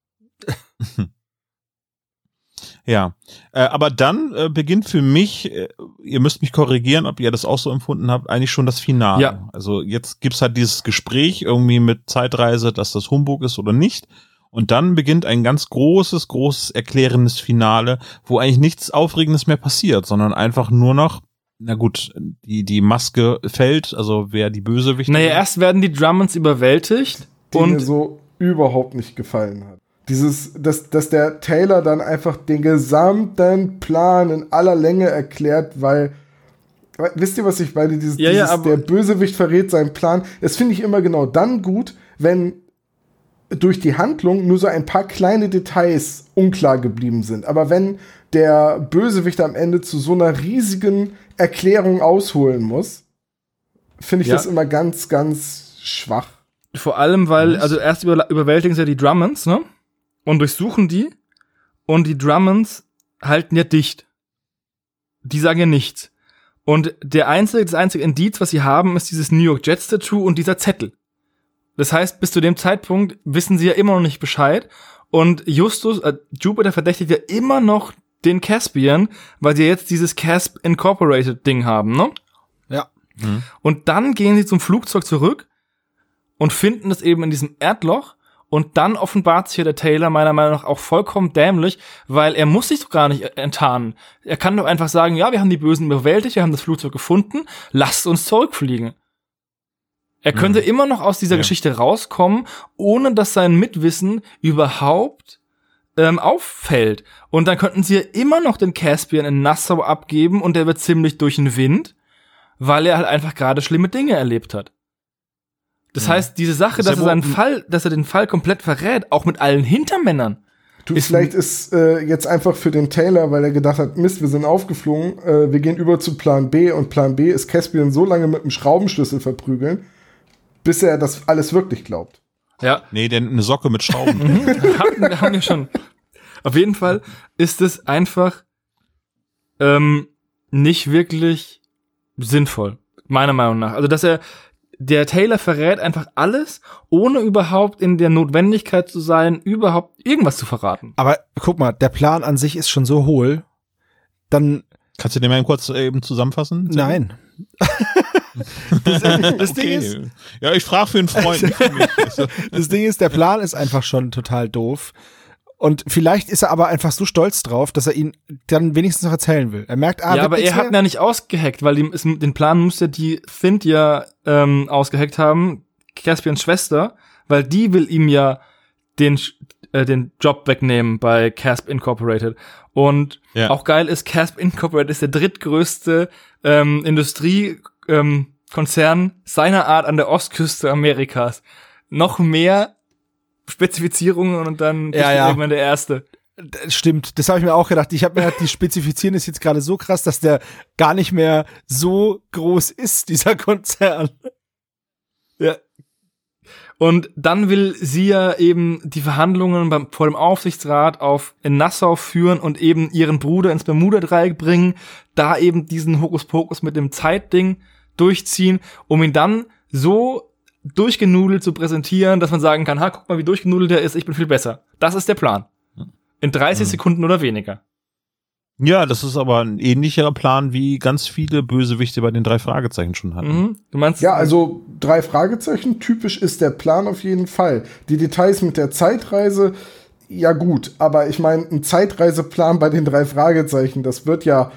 Ja, aber dann beginnt für mich, ihr müsst mich korrigieren, ob ihr das auch so empfunden habt, eigentlich schon das Finale. Ja. Also jetzt gibt's halt dieses Gespräch irgendwie mit Zeitreise, dass das Humbug ist oder nicht. Und dann beginnt ein ganz großes erklärendes Finale, wo eigentlich nichts Aufregendes mehr passiert, sondern einfach nur noch, na gut, die Maske fällt, also wer die Bösewichte. Naja, erst werden die Drummonds überwältigt. Die mir so überhaupt nicht gefallen hat. Dass der Taylor dann einfach den gesamten Plan in aller Länge erklärt, weil, wisst ihr, was ich meine? Der Bösewicht verrät seinen Plan. Das finde ich immer genau dann gut, wenn durch die Handlung nur so ein paar kleine Details unklar geblieben sind. Aber wenn der Bösewicht am Ende zu so einer riesigen Erklärung ausholen muss, finde ich das immer ganz, ganz schwach. Vor allem, weil, also erst überwältigen sie ja die Drummonds, ne? Und durchsuchen die, und die Drummonds halten ja dicht. Die sagen ja nichts. Und das einzige Indiz, was sie haben, ist dieses New York Jets Tattoo und dieser Zettel. Das heißt, bis zu dem Zeitpunkt wissen sie ja immer noch nicht Bescheid, und Jupiter verdächtigt ja immer noch den Caspian, weil sie ja jetzt dieses Casp Incorporated Ding haben, ne? Ja. Mhm. Und dann gehen sie zum Flugzeug zurück und finden es eben in diesem Erdloch. Und dann offenbart sich ja der Taylor meiner Meinung nach auch vollkommen dämlich, weil er muss sich doch gar nicht enttarnen. Er kann doch einfach sagen, ja, wir haben die Bösen überwältigt, wir haben das Flugzeug gefunden, lasst uns zurückfliegen. Er könnte immer noch aus dieser Geschichte rauskommen, ohne dass sein Mitwissen überhaupt auffällt. Und dann könnten sie ja immer noch den Caspian in Nassau abgeben, und der wird ziemlich durch den Wind, weil er halt einfach gerade schlimme Dinge erlebt hat. Das heißt, diese Sache, dass er den Fall komplett verrät, auch mit allen Hintermännern. Vielleicht ist jetzt einfach für den Taylor, weil er gedacht hat, Mist, wir sind aufgeflogen, wir gehen über zu Plan B und Plan B ist Caspian so lange mit einem Schraubenschlüssel verprügeln, bis er das alles wirklich glaubt. Ja. Nee, denn eine Socke mit Schrauben. haben wir schon. Auf jeden Fall ist es einfach nicht wirklich sinnvoll, meiner Meinung nach. Also, der Taylor verrät einfach alles, ohne überhaupt in der Notwendigkeit zu sein, überhaupt irgendwas zu verraten. Aber guck mal, der Plan an sich ist schon so hohl, dann... Kannst du den mal kurz eben zusammenfassen? Nein. Das Ding ist... Ja, ich frage für einen Freund. Nicht für mich. Das Ding ist, der Plan ist einfach schon total doof. Und vielleicht ist er aber einfach so stolz drauf, dass er ihn dann wenigstens noch erzählen will. Er merkt, ja, aber er hat ihn ja nicht ausgehackt, weil den Plan musste die Cynthia ausgehackt haben, Caspians Schwester, weil die will ihm ja den Job wegnehmen bei Casp Incorporated. Und auch geil ist, Casp Incorporated ist der drittgrößte Industriekonzern seiner Art an der Ostküste Amerikas. Noch mehr Spezifizierungen und dann bist du irgendwann der Erste. Stimmt, das habe ich mir auch gedacht. Ich habe mir gedacht, die Spezifizieren ist jetzt gerade so krass, dass der gar nicht mehr so groß ist, dieser Konzern. Ja. Und dann will sie ja eben die Verhandlungen vor dem Aufsichtsrat in Nassau führen und eben ihren Bruder ins Bermuda-Dreieck bringen, da eben diesen Hokuspokus mit dem Zeitding durchziehen, um ihn dann so durchgenudelt zu präsentieren, dass man sagen kann, guck mal, wie durchgenudelt er ist, ich bin viel besser. Das ist der Plan. In 30 Sekunden oder weniger. Ja, das ist aber ein ähnlicher Plan, wie ganz viele Bösewichte bei den 3 Fragezeichen schon hatten. Du meinst? Ja, also 3 Fragezeichen, typisch ist der Plan auf jeden Fall. Die Details mit der Zeitreise, ja gut, aber ich meine, ein Zeitreiseplan bei den 3 Fragezeichen, das wird ja,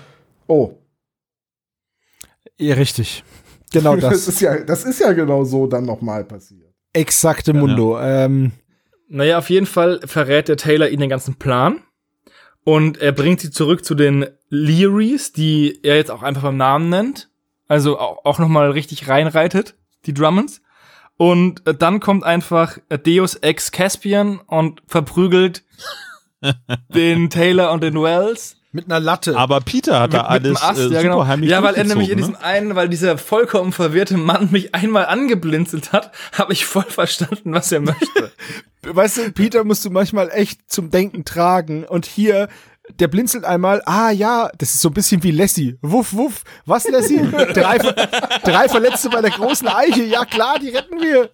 Ja, richtig. Genau das. Das ist ja genau so dann nochmal passiert. Exakte Mundo. Ja. Naja, auf jeden Fall verrät der Taylor ihnen den ganzen Plan und er bringt sie zurück zu den Learys, die er jetzt auch einfach beim Namen nennt, also auch nochmal richtig reinreitet, die Drummonds. Und dann kommt einfach Deus Ex Caspian und verprügelt den Taylor und den Wells. Mit einer Latte. Aber Peter hat da alles super heimlich Ja, weil er nämlich in durchgezogen, diesem weil dieser vollkommen verwirrte Mann mich einmal angeblinzelt hat, habe ich voll verstanden, was er möchte. Weißt du, Peter musst du manchmal echt zum Denken tragen. Und hier, der blinzelt einmal, ja, das ist so ein bisschen wie Lassie. Wuff, wuff. Was, Lassie? 3 Verletzte bei der großen Eiche. Ja, klar, die retten wir.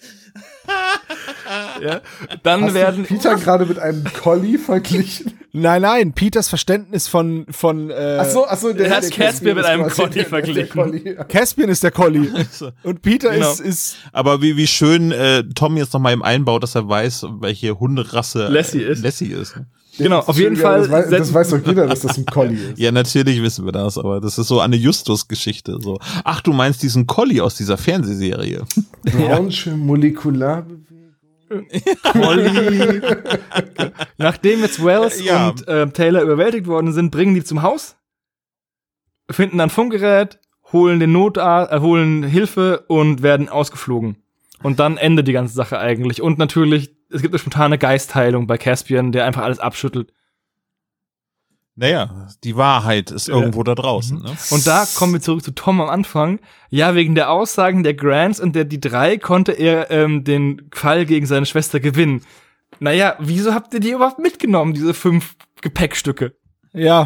Ja. Dann werden Peter gerade mit einem Collie verglichen. Nein, Peters Verständnis von Achso, der hat Caspian mit einem Collie verglichen. Caspian ist der Collie. Und Peter ist. Aber wie schön Tom jetzt nochmal im einbaut, dass er weiß, welche Hunderasse Lassie ist. Genau, auf jeden Fall. Das weiß doch jeder, dass das ein Collie ist. Ja, natürlich wissen wir das, aber das ist so eine Justus-Geschichte. So. Ach, du meinst diesen Collie aus dieser Fernsehserie? Brownsche Molekularbewegung. Collie. Nachdem jetzt Wells und Taylor überwältigt worden sind, bringen die zum Haus, finden dann Funkgerät, holen holen Hilfe und werden ausgeflogen. Und dann endet die ganze Sache eigentlich. Und natürlich, es gibt eine spontane Geistheilung bei Caspian, der einfach alles abschüttelt. Naja, die Wahrheit ist irgendwo da draußen. Ne? Und da kommen wir zurück zu Tom am Anfang. Ja, wegen der Aussagen der Grants und die 3 konnte er den Fall gegen seine Schwester gewinnen. Naja, wieso habt ihr die überhaupt mitgenommen, diese 5 Gepäckstücke? Ja.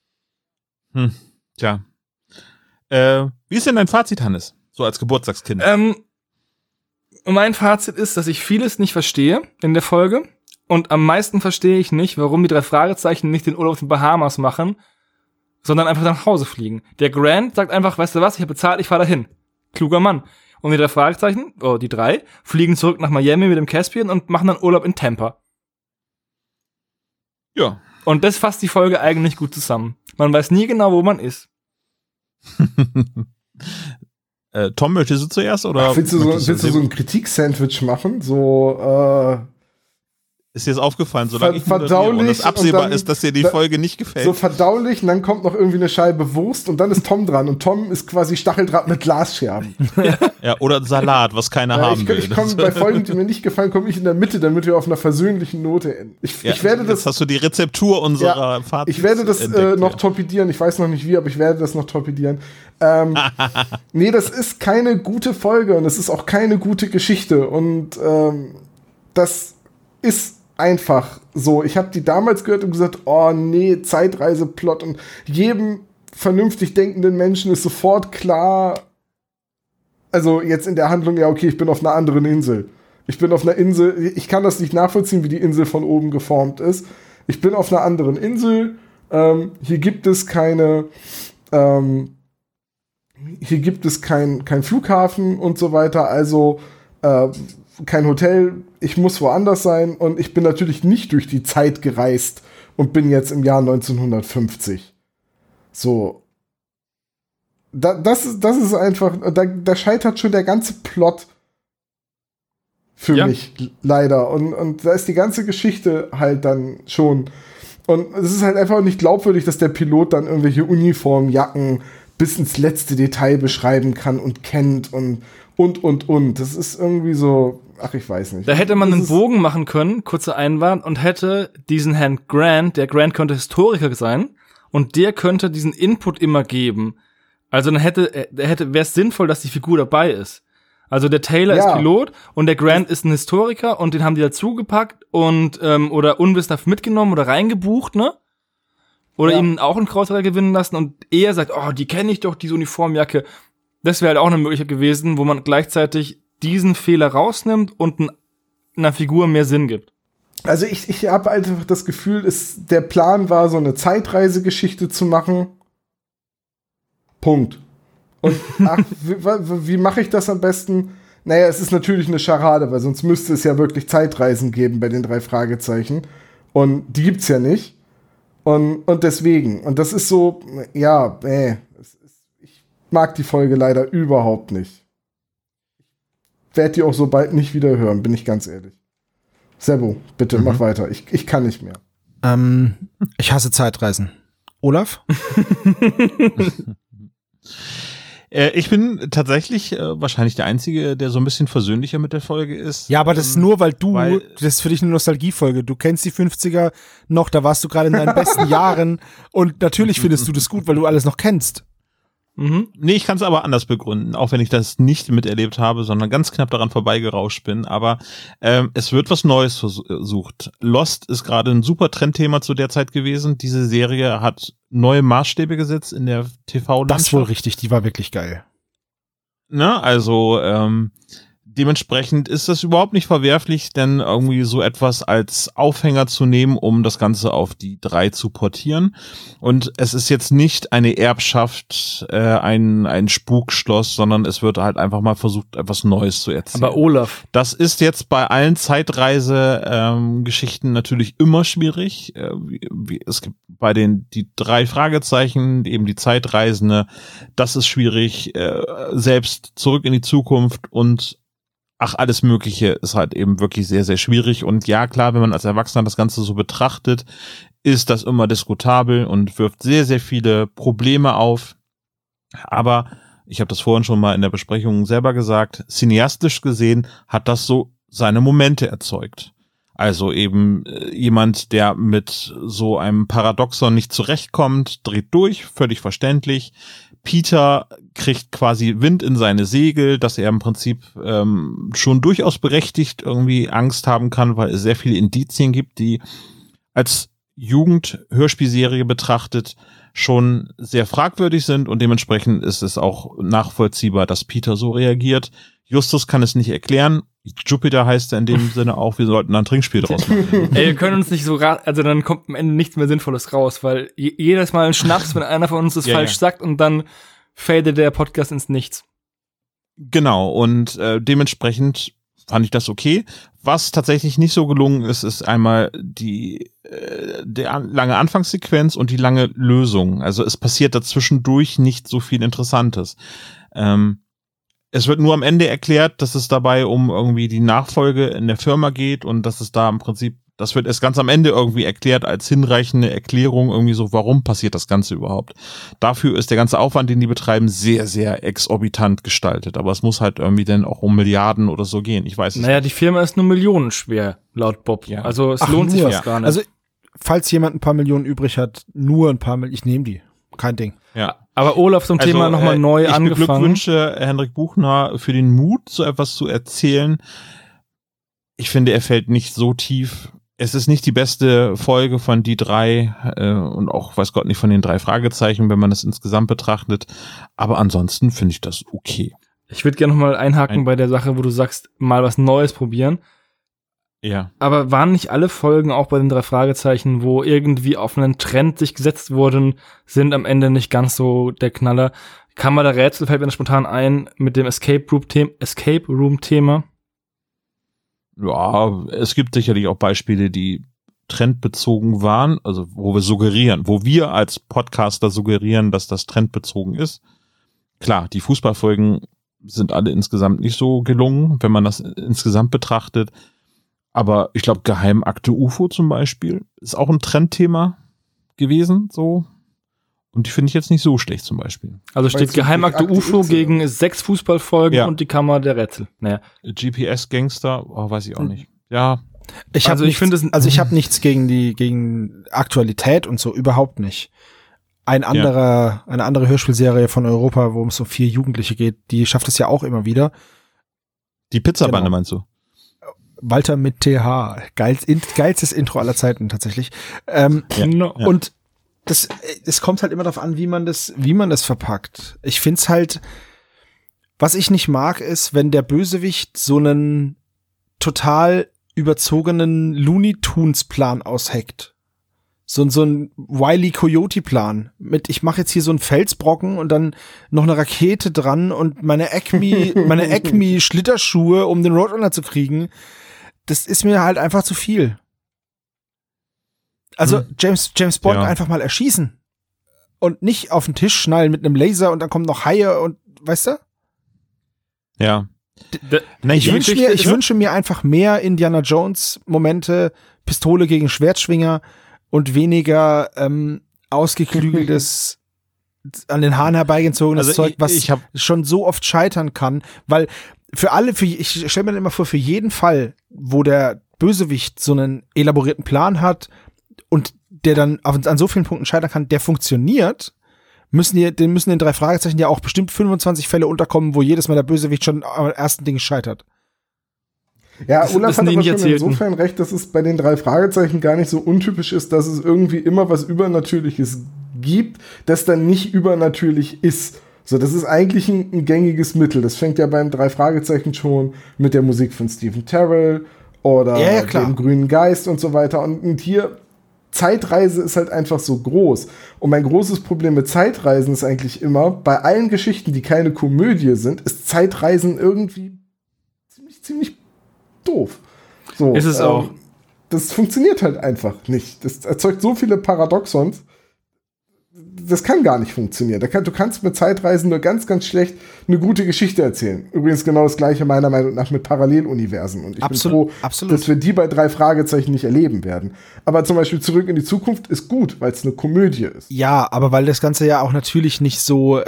Tja. Wie ist denn dein Fazit, Hannes? So als Geburtstagskind. Mein Fazit ist, dass ich vieles nicht verstehe in der Folge. Und am meisten verstehe ich nicht, warum die 3 Fragezeichen nicht den Urlaub auf den Bahamas machen, sondern einfach nach Hause fliegen. Der Grant sagt einfach, weißt du was, ich habe bezahlt, ich fahre dahin. Kluger Mann. Und die 3 Fragezeichen, die 3, fliegen zurück nach Miami mit dem Caspian und machen dann Urlaub in Tampa. Ja. Und das fasst die Folge eigentlich gut zusammen. Man weiß nie genau, wo man ist. Tom, möchtest du zuerst? Oder willst du so ein Kritik-Sandwich machen? So, Ist dir das aufgefallen, solange ich verdaulich und es absehbar dann, ist, dass dir die Folge nicht gefällt? So verdaulich und dann kommt noch irgendwie eine Scheibe Wurst und dann ist Tom dran und Tom ist quasi Stacheldraht mit Glasscherben. Ja, oder ein Salat, was keiner haben will. Ich komme bei Folgen, die mir nicht gefallen, komme ich in der Mitte, damit wir auf einer versöhnlichen Note enden. Ich werde das. Jetzt hast du die Rezeptur unserer Fazit. Ich werde das noch torpedieren. Ich weiß noch nicht wie, aber ich werde das noch torpedieren. Nee, das ist keine gute Folge und es ist auch keine gute Geschichte und das ist einfach so. Ich habe die damals gehört und gesagt, oh nee, Zeitreiseplot und jedem vernünftig denkenden Menschen ist sofort klar, also jetzt in der Handlung, ja okay, ich bin auf einer anderen Insel. Ich bin auf einer Insel, ich kann das nicht nachvollziehen, wie die Insel von oben geformt ist. Ich bin auf einer anderen Insel, hier gibt es kein Flughafen und so weiter, also kein Hotel, ich muss woanders sein und ich bin natürlich nicht durch die Zeit gereist und bin jetzt im Jahr 1950. So. Das ist einfach, da scheitert schon der ganze Plot für mich, leider. Und da ist die ganze Geschichte halt dann schon. Und es ist halt einfach nicht glaubwürdig, dass der Pilot dann irgendwelche Uniformjacken bis ins letzte Detail beschreiben kann und kennt und. Das ist irgendwie so, ach, ich weiß nicht. Da hätte man einen Bogen machen können, kurzer Einwand, und hätte diesen Herrn Grant, der Grant könnte Historiker sein, und der könnte diesen Input immer geben. Also dann wäre es sinnvoll, dass die Figur dabei ist. Also der Taylor ist Pilot und der Grant ist ein Historiker und den haben die dazugepackt und oder unwissentlich mitgenommen oder reingebucht, ne? Oder ihnen auch einen Krauserer gewinnen lassen und er sagt, oh, die kenne ich doch, diese Uniformjacke. Das wäre halt auch eine Möglichkeit gewesen, wo man gleichzeitig diesen Fehler rausnimmt und einer Figur mehr Sinn gibt. Also ich habe einfach das Gefühl, der Plan war, so eine Zeitreisegeschichte zu machen. Punkt. Und wie mache ich das am besten? Naja, es ist natürlich eine Scharade, weil sonst müsste es ja wirklich Zeitreisen geben bei den 3 Fragezeichen. Und die gibt's ja nicht. Und deswegen. Und das ist so, ja, ich mag die Folge leider überhaupt nicht. Ich werde die auch so bald nicht wieder hören, bin ich ganz ehrlich. Sebo, bitte, mach weiter. Ich kann nicht mehr. Ich hasse Zeitreisen. Olaf? Ich bin tatsächlich wahrscheinlich der Einzige, der so ein bisschen versöhnlicher mit der Folge ist. Ja, aber das ist nur, das ist für dich eine Nostalgiefolge. Du kennst die 50er noch, da warst du gerade in deinen besten Jahren und natürlich findest du das gut, weil du alles noch kennst. Mhm. Nee, ich kann es aber anders begründen, auch wenn ich das nicht miterlebt habe, sondern ganz knapp daran vorbeigerauscht bin. Aber es wird was Neues versucht. Lost ist gerade ein super Trendthema zu der Zeit gewesen. Diese Serie hat neue Maßstäbe gesetzt in der TV-Landschaft. Das ist wohl richtig, die war wirklich geil. Na, also dementsprechend ist das überhaupt nicht verwerflich, denn irgendwie so etwas als Aufhänger zu nehmen, um das Ganze auf die 3 zu portieren. Und es ist jetzt nicht eine Erbschaft, ein Spukschloss, sondern es wird halt einfach mal versucht, etwas Neues zu erzählen. Aber Olaf. Das ist jetzt bei allen Zeitreise-Geschichten natürlich immer schwierig. Es gibt bei die 3 Fragezeichen, eben die Zeitreisende, das ist schwierig. Selbst Zurück in die Zukunft und alles Mögliche ist halt eben wirklich sehr, sehr schwierig. Und ja, klar, wenn man als Erwachsener das Ganze so betrachtet, ist das immer diskutabel und wirft sehr, sehr viele Probleme auf. Aber ich habe das vorhin schon mal in der Besprechung selber gesagt, cineastisch gesehen hat das so seine Momente erzeugt. Also eben jemand, der mit so einem Paradoxon nicht zurechtkommt, dreht durch, völlig verständlich. Peter kriegt quasi Wind in seine Segel, dass er im Prinzip schon durchaus berechtigt irgendwie Angst haben kann, weil es sehr viele Indizien gibt, die als Jugend-Hörspielserie betrachtet schon sehr fragwürdig sind und dementsprechend ist es auch nachvollziehbar, dass Peter so reagiert. Justus kann es nicht erklären. Jupiter heißt er in dem Sinne auch, wir sollten da ein Trinkspiel draus machen. Ey, wir können uns nicht so also dann kommt am Ende nichts mehr Sinnvolles raus, weil jedes Mal ein Schnaps, wenn einer von uns es falsch sagt und dann fadet der Podcast ins Nichts. Genau, und dementsprechend fand ich das okay. Was tatsächlich nicht so gelungen ist, ist einmal die lange Anfangssequenz und die lange Lösung. Also es passiert dazwischendurch nicht so viel Interessantes. Es wird nur am Ende erklärt, dass es dabei um irgendwie die Nachfolge in der Firma geht und dass es da im Prinzip Das wird erst ganz am Ende irgendwie erklärt als hinreichende Erklärung irgendwie so, warum passiert das Ganze überhaupt. Dafür ist der ganze Aufwand, den die betreiben, sehr, sehr exorbitant gestaltet. Aber es muss halt irgendwie dann auch um Milliarden oder so gehen. Ich weiß es nicht. Die Firma ist nur Millionen schwer, laut Bob. Ja. Also es lohnt sich fast gar nicht. Also, falls jemand ein paar Millionen übrig hat, nur ein paar Millionen, ich nehme die. Kein Ding. Ja. Aber Olaf zum Thema nochmal neu angefangen. Ich beglückwünsche Henrik Buchner für den Mut, so etwas zu erzählen. Ich finde, er fällt nicht so tief. Es ist nicht die beste Folge von die 3 und auch, weiß Gott nicht, von den 3 Fragezeichen, wenn man das insgesamt betrachtet. Aber ansonsten finde ich das okay. Ich würde gerne nochmal einhaken bei der Sache, wo du sagst, mal was Neues probieren. Ja. Aber waren nicht alle Folgen auch bei den 3 Fragezeichen, wo irgendwie auf einen Trend sich gesetzt wurden, sind am Ende nicht ganz so der Knaller? Kammer der Rätsel fällt mir spontan ein mit dem Escape Room Thema. Ja, es gibt sicherlich auch Beispiele, die trendbezogen waren, also wo wir als Podcaster suggerieren, dass das trendbezogen ist. Klar, die Fußballfolgen sind alle insgesamt nicht so gelungen, wenn man das insgesamt betrachtet. Aber ich glaube, Geheimakte UFO zum Beispiel ist auch ein Trendthema gewesen, so. Und die finde ich jetzt nicht so schlecht zum Beispiel. Also steht Geheimakte UFO gegen 6 Fußballfolgen und die Kammer der Rätsel. Naja. GPS-Gangster, weiß ich auch nicht. Ja. Ich habe nichts gegen Aktualität und so, überhaupt nicht. Eine andere Hörspielserie von Europa, wo es um 4 Jugendliche geht, die schafft es ja auch immer wieder. Die Pizzabande meinst du? Walter mit TH. Geilstes Intro aller Zeiten tatsächlich. Und es kommt halt immer darauf an, wie man das verpackt. Ich find's halt, was ich nicht mag, ist, wenn der Bösewicht so einen total überzogenen Looney Tunes Plan ausheckt. So ein Wile E. Coyote Plan mit, ich mache jetzt hier so einen Felsbrocken und dann noch eine Rakete dran und meine Acme Schlitterschuhe, um den Roadrunner zu kriegen. Das ist mir halt einfach zu viel. Also James Bond einfach mal erschießen und nicht auf den Tisch schnallen mit einem Laser und dann kommen noch Haie und, weißt du? Ja. Ich wünsche mir einfach mehr Indiana Jones Momente, Pistole gegen Schwertschwinger und weniger ausgeklügeltes, an den Haaren herbeigezogenes Zeug, was schon so oft scheitern kann, weil ich stelle mir immer vor, für jeden Fall, wo der Bösewicht so einen elaborierten Plan hat und der dann an so vielen Punkten scheitern kann, der funktioniert, müssen den 3 Fragezeichen ja auch bestimmt 25 Fälle unterkommen, wo jedes Mal der Bösewicht schon am ersten Ding scheitert. Ja, Olaf hat aber schon insofern recht, dass es bei den 3 Fragezeichen gar nicht so untypisch ist, dass es irgendwie immer was Übernatürliches gibt, das dann nicht übernatürlich ist. So, das ist eigentlich ein gängiges Mittel. Das fängt ja beim 3 Fragezeichen schon mit der Musik von Stephen Terrell oder dem Grünen Geist und so weiter. Und hier, Zeitreise ist halt einfach so groß. Und mein großes Problem mit Zeitreisen ist eigentlich immer, bei allen Geschichten, die keine Komödie sind, ist Zeitreisen irgendwie ziemlich doof. So, ist es auch. Das funktioniert halt einfach nicht. Das erzeugt so viele Paradoxons. Das kann gar nicht funktionieren. Du kannst mit Zeitreisen nur ganz, ganz schlecht eine gute Geschichte erzählen. Übrigens genau das Gleiche meiner Meinung nach mit Paralleluniversen. Und ich bin froh, dass wir die bei 3 Fragezeichen nicht erleben werden. Aber zum Beispiel Zurück in die Zukunft ist gut, weil es eine Komödie ist. Ja, aber weil das Ganze ja auch natürlich nicht so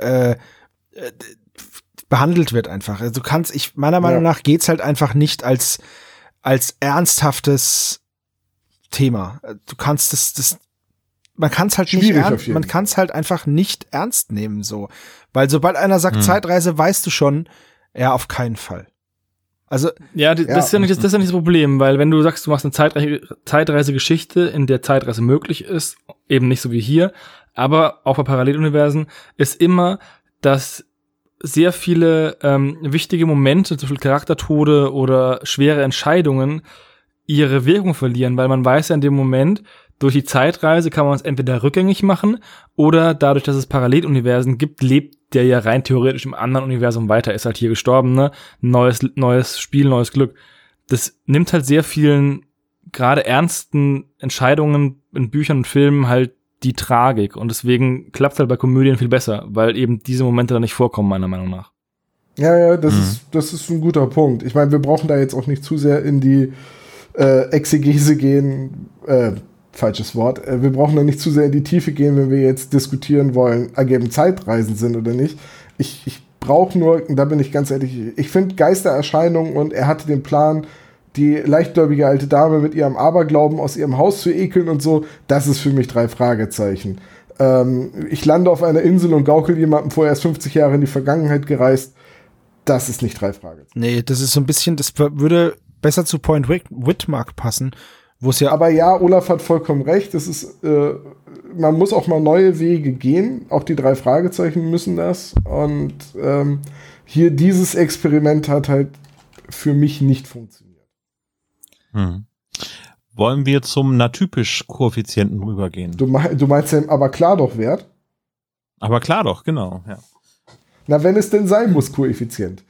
behandelt wird einfach. Also meiner Meinung nach geht's halt einfach nicht als ernsthaftes Thema. Du kannst man kann es halt einfach nicht ernst nehmen, so. Weil sobald einer sagt Zeitreise, weißt du schon, ja, auf keinen Fall. Also. Das ist ja nicht das Problem, weil wenn du sagst, du machst eine Zeitreisegeschichte, in der Zeitreise möglich ist, eben nicht so wie hier, aber auch bei Paralleluniversen, ist immer, dass sehr viele wichtige Momente, zum Beispiel Charaktertode oder schwere Entscheidungen, ihre Wirkung verlieren, weil man weiß ja in dem Moment, durch die Zeitreise kann man es entweder rückgängig machen oder dadurch, dass es Paralleluniversen gibt, lebt der ja rein theoretisch im anderen Universum weiter, ist halt hier gestorben, ne? Neues Spiel, neues Glück. Das nimmt halt sehr vielen, gerade ernsten Entscheidungen in Büchern und Filmen halt die Tragik und deswegen klappt es halt bei Komödien viel besser, weil eben diese Momente dann nicht vorkommen, meiner Meinung nach. Ja, das ist ein guter Punkt. Ich meine, wir brauchen da jetzt auch nicht zu sehr in die Exegese gehen, falsches Wort. Wir brauchen da nicht zu sehr in die Tiefe gehen, wenn wir jetzt diskutieren wollen, ergeben Zeitreisen sind oder nicht. Ich brauche nur, da bin ich ganz ehrlich, ich finde Geistererscheinungen und er hatte den Plan, die leichtgläubige alte Dame mit ihrem Aberglauben aus ihrem Haus zu ekeln und so, das ist für mich 3 Fragezeichen. Ich lande auf einer Insel und gaukel jemandem vorher erst 50 Jahre in die Vergangenheit gereist, das ist nicht 3 Fragezeichen. Nee, das ist so ein bisschen, das würde besser zu Point Whitmark passen, wo es ja... Aber ja, Olaf hat vollkommen recht, das ist, man muss auch mal neue Wege gehen, auch die 3 Fragezeichen müssen das und hier dieses Experiment hat halt für mich nicht funktioniert. Wollen wir zum Natypisch-Koeffizienten rübergehen? Du meinst den aber klar doch Wert? Aber klar doch, genau, ja. Na, wenn es denn sein muss, Koeffizient.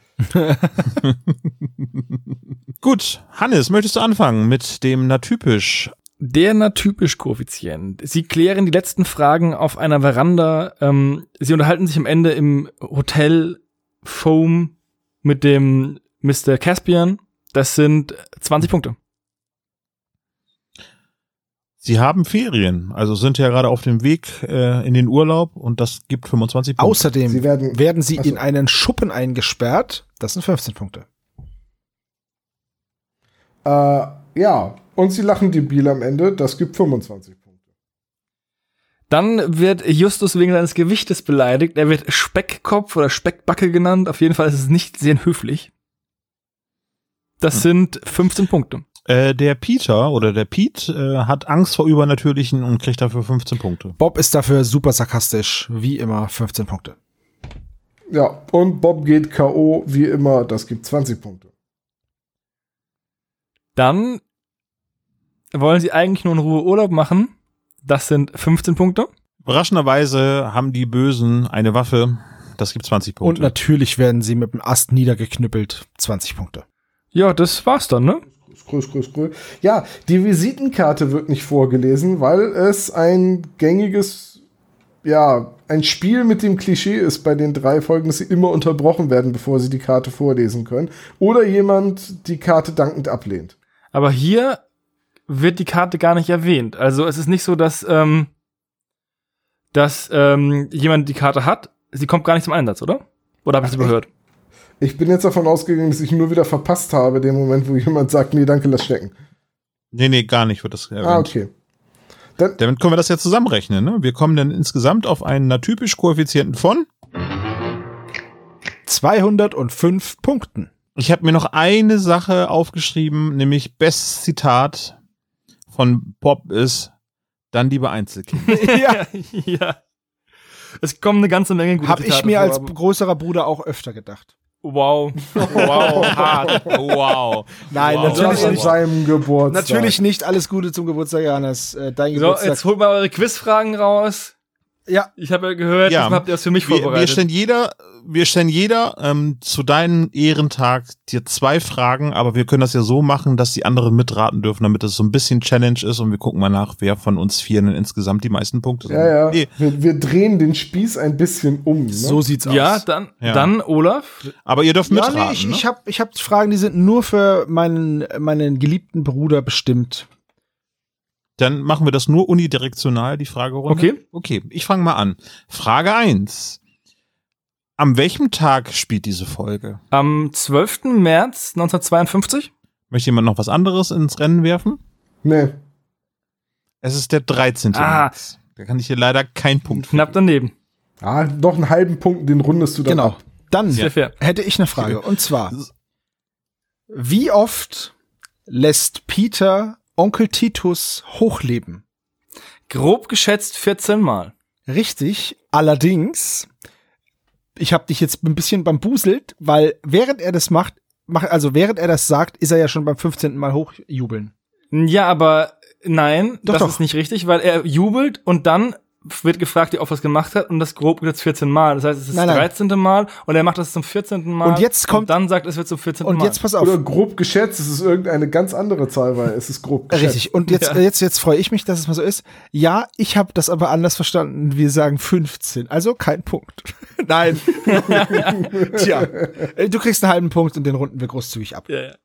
Gut, Hannes, möchtest du anfangen mit dem Natypisch? Der Natypisch-Koeffizient. Sie klären die letzten Fragen auf einer Veranda. Sie unterhalten sich am Ende im Hotel Foam mit dem Mr. Caspian. Das sind 20 Punkte. Sie haben Ferien, also sind ja gerade auf dem Weg in den Urlaub und das gibt 25 Punkte. Außerdem werden sie Achso. in einen Schuppen eingesperrt. Das sind 15 Punkte. Ja, und sie lachen debil am Ende, das gibt 25 Punkte. Dann wird Justus wegen seines Gewichtes beleidigt. Er wird Speckkopf oder Speckbacke genannt. Auf jeden Fall ist es nicht sehr höflich. Das sind 15 Punkte. Der Peter oder der Pete hat Angst vor Übernatürlichen und kriegt dafür 15 Punkte. Bob ist dafür super sarkastisch. Wie immer 15 Punkte. Ja, und Bob geht K.O. wie immer, das gibt 20 Punkte. Dann wollen sie eigentlich nur in Ruhe Urlaub machen. Das sind 15 Punkte. Überraschenderweise haben die Bösen eine Waffe. Das gibt 20 Punkte. Und natürlich werden sie mit dem Ast niedergeknüppelt. 20 Punkte. Ja, das war's dann, ne? Grüß. Ja, die Visitenkarte wird nicht vorgelesen, weil es ein gängiges, ja, ein Spiel mit dem Klischee ist bei den 3 Folgen, dass sie immer unterbrochen werden, bevor sie die Karte vorlesen können. Oder jemand die Karte dankend ablehnt. Aber hier wird die Karte gar nicht erwähnt. Also es ist nicht so, dass jemand die Karte hat. Sie kommt gar nicht zum Einsatz, oder? Oder habe ich es überhört? Ich bin jetzt davon ausgegangen, dass ich nur wieder verpasst habe, den Moment, wo jemand sagt, nee, danke, lass stecken. Nee, gar nicht wird das erwähnt. Okay. Damit können wir das ja zusammenrechnen, ne? Wir kommen dann insgesamt auf einen Natypisch-Koeffizienten von 205 Punkten. Ich habe mir noch eine Sache aufgeschrieben, nämlich bestes Zitat von Bob ist, dann lieber Einzelkind. Ja. Es kommen eine ganze Menge gute Habe ich Zitate mir vor, als aber- größerer Bruder auch öfter gedacht. Wow, hart. Wow. Nein, Wow. natürlich Das an nicht. seinem Geburtstag. Natürlich nicht. Alles Gute zum Geburtstag, Johannes. Dein So, Geburtstag. jetzt holt mal eure Quizfragen raus. Ja. Ich habe ja gehört, Ja. diesmal habt ihr das für mich Wir vorbereitet. stellen jeder zu deinem Ehrentag dir 2 Fragen, aber wir können das ja so machen, dass die anderen mitraten dürfen, damit es so ein bisschen Challenge ist und wir gucken mal nach, wer von uns 4 denn insgesamt die meisten Punkte sind. Ja. Nee, Wir drehen den Spieß ein bisschen um. Ne? So sieht's aus. ja, Ja. dann Olaf. aber ihr dürft Ja, mitraten. nee, ich ne? hab Fragen, die sind nur für meinen geliebten Bruder bestimmt. Dann machen wir das nur unidirektional, die Fragerunde. Okay, ich fange mal an. Frage 1. An welchem Tag spielt diese Folge? Am 12. März 1952. Möchte jemand noch was anderes ins Rennen werfen? Nee. Es ist der 13. März. Da kann ich dir leider keinen Punkt für Knapp geben. daneben. Noch einen halben Punkt, den rundest du dann Genau. ab. Dann Sehr fair. hätte ich eine Frage. Und zwar, wie oft lässt Peter Onkel Titus hochleben? Grob geschätzt 14 Mal. Richtig. Allerdings, ich habe dich jetzt ein bisschen bambuselt, weil während er das während er das sagt, ist er ja schon beim 15. Mal hochjubeln. Ja, aber nein, Doch, das doch. ist nicht richtig, weil er jubelt und dann wird gefragt, wie oft er es gemacht hat und das grob geschätzt 14 Mal. Das heißt, es ist Nein, das nein. 13. Mal und er macht das zum 14. Mal. Und jetzt kommt- dann sagt, es wird zum 14. Und Mal. jetzt pass auf. Oder grob geschätzt, es ist irgendeine ganz andere Zahl, weil es ist grob geschätzt. Richtig. Und jetzt, Ja. jetzt freue ich mich, dass es mal so ist. Ja, ich habe das aber anders verstanden. Wir sagen 15. Also kein Punkt. Nein. Tja, du kriegst einen halben Punkt und den runden wir großzügig ab. Ja.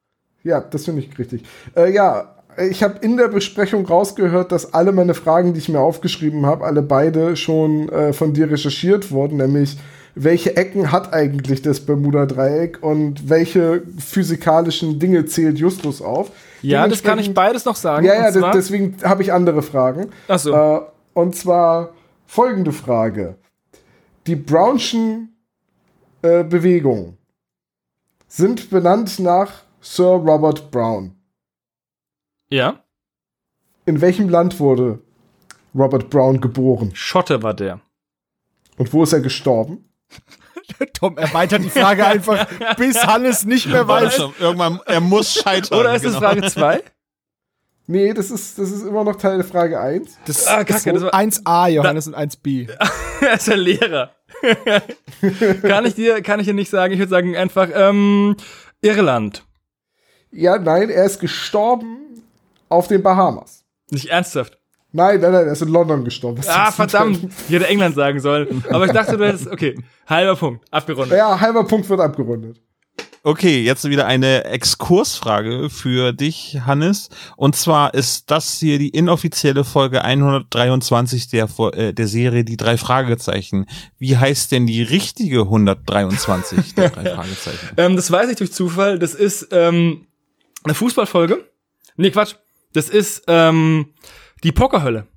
Ja, das finde ich richtig. Ich habe in der Besprechung rausgehört, dass alle meine Fragen, die ich mir aufgeschrieben habe, alle beide schon von dir recherchiert wurden, nämlich welche Ecken hat eigentlich das Bermuda-Dreieck und welche physikalischen Dinge zählt Justus auf? Ja, das kann ich beides noch sagen. Ja, deswegen habe ich andere Fragen. Ach so. Und zwar folgende Frage. Die Brownschen Bewegungen sind benannt nach Sir Robert Brown. Ja. In welchem Land wurde Robert Brown geboren? Schotte war der. Und wo ist er gestorben? Tom erweitert die Frage einfach, bis Hannes nicht mehr weiß. Irgendwann, er muss scheitern. Oder ist es Frage 2? Nee, das ist immer noch Teil der Frage 1. Das ist 1a, Johannes, und 1b. Er ist der Lehrer. Kann ich dir nicht sagen. Ich würde sagen einfach Irland. Ja, nein, er ist gestorben auf den Bahamas. Nicht ernsthaft. Nein, er ist in London gestorben. Verdammt. Ich hätte England sagen sollen. Aber ich dachte, du hättest, okay, halber Punkt, abgerundet. Ja, halber Punkt wird abgerundet. Okay, jetzt wieder eine Exkursfrage für dich, Hannes. Und zwar ist das hier die inoffizielle Folge 123 der Serie Die 3 Fragezeichen. Wie heißt denn die richtige 123 der 3 Fragezeichen? Das weiß ich durch Zufall. Das ist eine Fußballfolge. Nee, Quatsch. Das ist die Pokerhölle.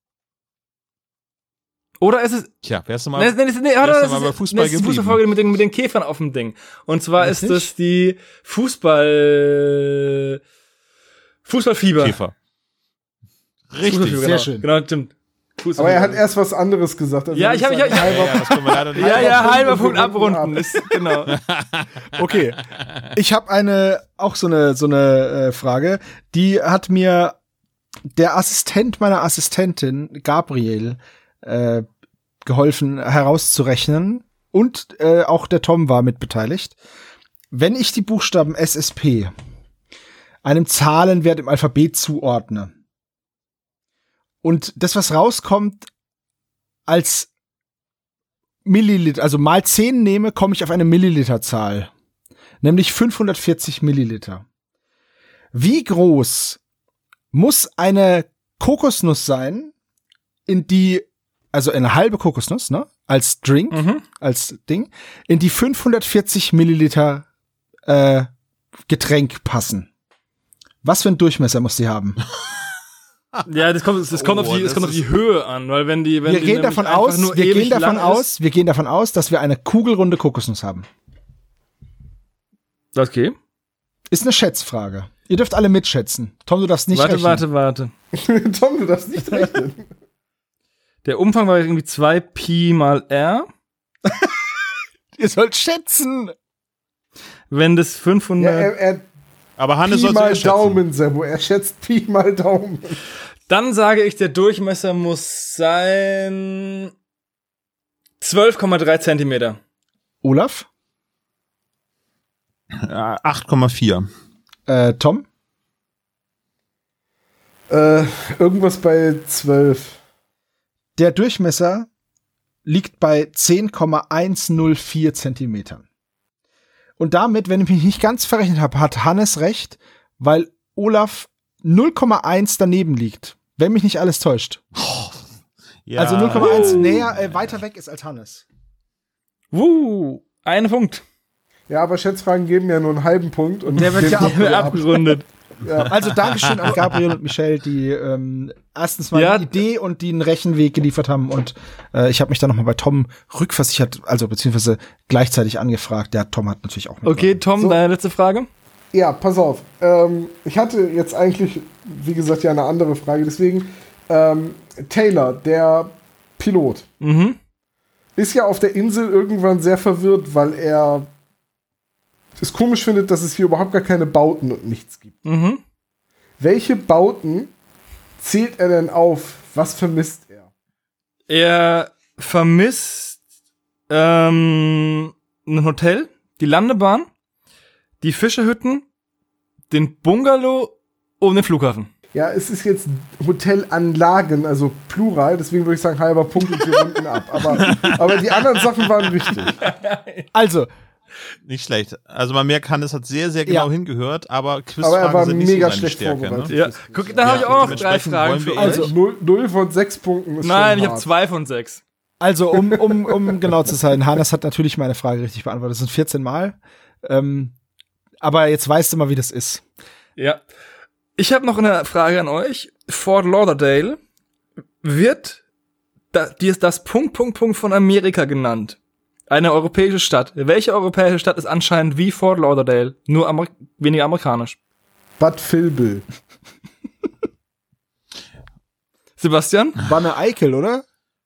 Oder ist es... Tja, wärst du mal, das bei Fußball ist die geblieben? Fußballfolge mit den Käfern auf dem Ding. Und zwar ist das die Fußballfieber. Käfer. Richtig. Fußballfieber, sehr schön. Genau, stimmt. Aber er hat erst was anderes gesagt. Also Ja, das können wir leider nicht. halber Punkt abrunden. Ist, genau. Okay. Ich habe auch so eine Frage, die hat mir der Assistent meiner Assistentin, Gabriel, geholfen herauszurechnen. Und auch der Tom war mit beteiligt. Wenn ich die Buchstaben SSP einem Zahlenwert im Alphabet zuordne und das, was rauskommt, als Milliliter, also mal 10 nehme, komme ich auf eine Milliliterzahl. Nämlich 540 Milliliter. Wie groß muss eine Kokosnuss sein, also eine halbe Kokosnuss, ne, als Drink, als Ding, in die 540 Milliliter Getränk passen? Was für einen Durchmesser muss die haben? Ja, das kommt auf die Höhe an, weil wir gehen davon aus, dass wir eine kugelrunde Kokosnuss haben. Okay. Ist eine Schätzfrage. Ihr dürft alle mitschätzen. Tom, du darfst nicht rechnen. Warte. Tom, du darfst nicht rechnen. Der Umfang war irgendwie 2 Pi mal R. Ihr sollt schätzen. Wenn das 500... Ja, er Aber Hannes Pi soll mal es Daumen, Sebo. Er schätzt Pi mal Daumen. Dann sage ich, der Durchmesser muss sein 12,3 Zentimeter. Olaf? 8,4. Tom? Irgendwas bei 12. Der Durchmesser liegt bei 10,104 Zentimetern. Und damit, wenn ich mich nicht ganz verrechnet habe, hat Hannes recht, weil Olaf 0,1 daneben liegt. Wenn mich nicht alles täuscht. Ja. Also 0,1 weiter weg ist als Hannes. Ein Punkt. Ja, aber Schätzfragen geben ja nur einen halben Punkt. Und Der wird ja abgerundet. Ja. Also Dankeschön an Gabriel und Michelle, die erstens mal die Idee und den Rechenweg geliefert haben. Und ich habe mich dann nochmal bei Tom rückversichert, also beziehungsweise gleichzeitig angefragt. Der Tom hat natürlich auch mit. Okay, Tom, So. deine letzte Frage? Ja, pass auf. Ich hatte jetzt eigentlich, wie gesagt, ja eine andere Frage. Deswegen, Taylor, der Pilot, ist ja auf der Insel irgendwann sehr verwirrt, weil er es komisch findet, dass es hier überhaupt gar keine Bauten und nichts gibt. Welche Bauten zählt er denn auf? Was vermisst er? Er vermisst ein Hotel, die Landebahn, die Fischerhütten, den Bungalow und den Flughafen. Ja, es ist jetzt Hotelanlagen, also Plural, deswegen würde ich sagen, halber Punkt und wir runden ab. Aber die anderen Sachen waren richtig. Also, Nicht schlecht. Also man merkt, Hannes hat sehr, sehr genau hingehört, aber Quizfragen aber er war sind nicht mega so seine schlecht Stärke. vorbereitet. Ne? Ja, guck, da habe ich auch noch 3 Fragen für euch. Also 0 von 6 Punkten ist Nein, schon ich habe hart. 2 von 6. Also, um genau zu sein, Hannes hat natürlich meine Frage richtig beantwortet. Das sind 14 Mal. Aber jetzt weißt du mal, wie das ist. Ja. Ich habe noch eine Frage an euch. Fort Lauderdale wird das Punkt von Amerika genannt. Eine europäische Stadt. Welche europäische Stadt ist anscheinend wie Fort Lauderdale? Nur weniger amerikanisch. Bad Vilbel. Sebastian? War eine Eikel, oder?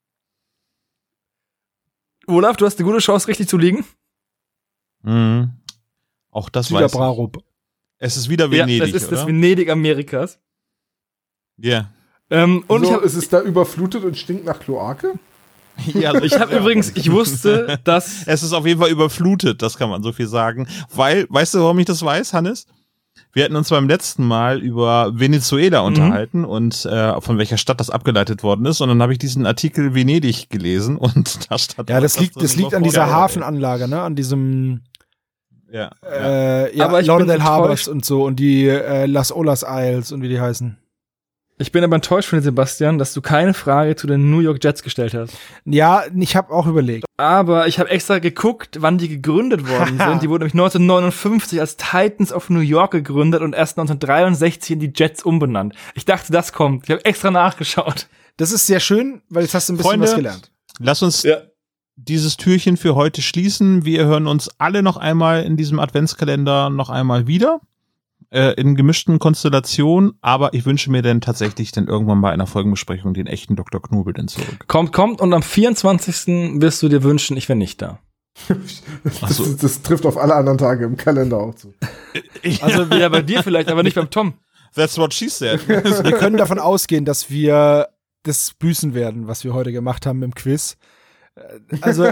Olaf, du hast eine gute Chance, richtig zu liegen. Mhm. Auch das weiß ich. Brarup. Es ist wieder Venedig, ja, das ist oder? das Venedig Amerikas. Ja. Und So, ist es da überflutet und stinkt nach Kloake? Ja, ich habe übrigens, ich wusste, dass es ist auf jeden Fall überflutet, das kann man so viel sagen. Weil, weißt du, warum ich das weiß, Hannes? Wir hatten uns beim letzten Mal über Venezuela unterhalten und von welcher Stadt das abgeleitet worden ist. Und dann habe ich diesen Artikel Venedig gelesen und da stand. Ja, das liegt an dieser Hafenanlage, ne? An diesem ja. Aber ich Lauderdale bin Harbors und so und die Las Olas Isles und wie die heißen. Ich bin aber enttäuscht von dir, Sebastian, dass du keine Frage zu den New York Jets gestellt hast. Ja, ich habe auch überlegt. Aber ich habe extra geguckt, wann die gegründet worden sind. Die wurden nämlich 1959 als Titans of New York gegründet und erst 1963 in die Jets umbenannt. Ich dachte, das kommt. Ich habe extra nachgeschaut. Das ist sehr schön, weil jetzt hast du ein bisschen Freunde, was gelernt. Lass uns dieses Türchen für heute schließen. Wir hören uns alle noch einmal in diesem Adventskalender noch einmal wieder. In gemischten Konstellationen, aber ich wünsche mir dann tatsächlich dann irgendwann bei einer Folgenbesprechung den echten Dr. Knobel dann zurück. Kommt und am 24. wirst du dir wünschen, ich wäre nicht da. Das trifft auf alle anderen Tage im Kalender auch zu. Also wieder bei dir vielleicht, aber nicht beim Tom. That's what she said. Wir können davon ausgehen, dass wir das büßen werden, was wir heute gemacht haben im Quiz. Also,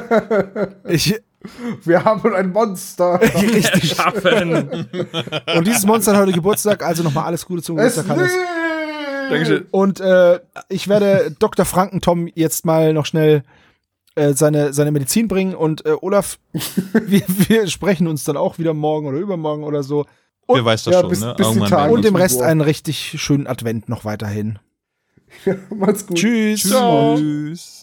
wir haben ein Monster. Richtig schaffen. Und dieses Monster hat heute Geburtstag, also nochmal alles Gute zum Geburtstag, Hannes. Dankeschön. Und ich werde Dr. Frankentom jetzt mal noch schnell seine Medizin bringen und Olaf, wir sprechen uns dann auch wieder morgen oder übermorgen oder so. Und, wer weiß das ja, schon, bis ne? die Tage und dem zum Rest Wort. einen richtig schönen Advent noch weiterhin. Macht's gut. Tschüss. Tschüss.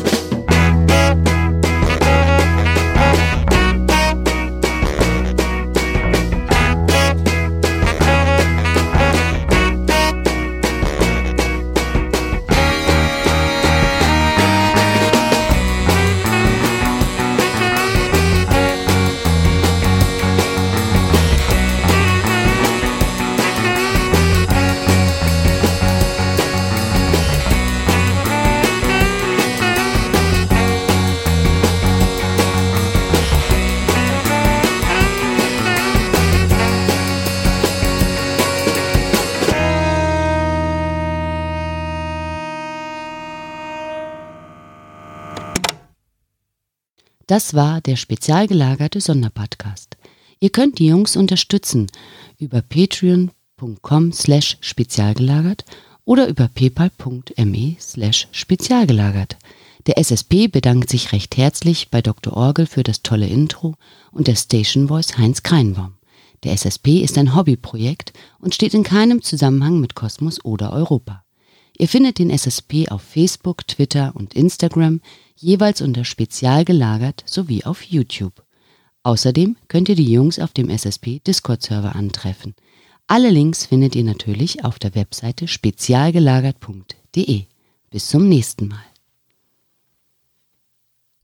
Das war der spezial gelagerte Sonderpodcast. Ihr könnt die Jungs unterstützen über patreon.com/spezialgelagert oder über paypal.me/spezialgelagert. Der SSP bedankt sich recht herzlich bei Dr. Orgel für das tolle Intro und der Station Voice Heinz Kreinbaum. Der SSP ist ein Hobbyprojekt und steht in keinem Zusammenhang mit Kosmos oder Europa. Ihr findet den SSP auf Facebook, Twitter und Instagram, jeweils unter Spezial gelagert sowie auf YouTube. Außerdem könnt ihr die Jungs auf dem SSP Discord-Server antreffen. Alle Links findet ihr natürlich auf der Webseite spezialgelagert.de. Bis zum nächsten Mal.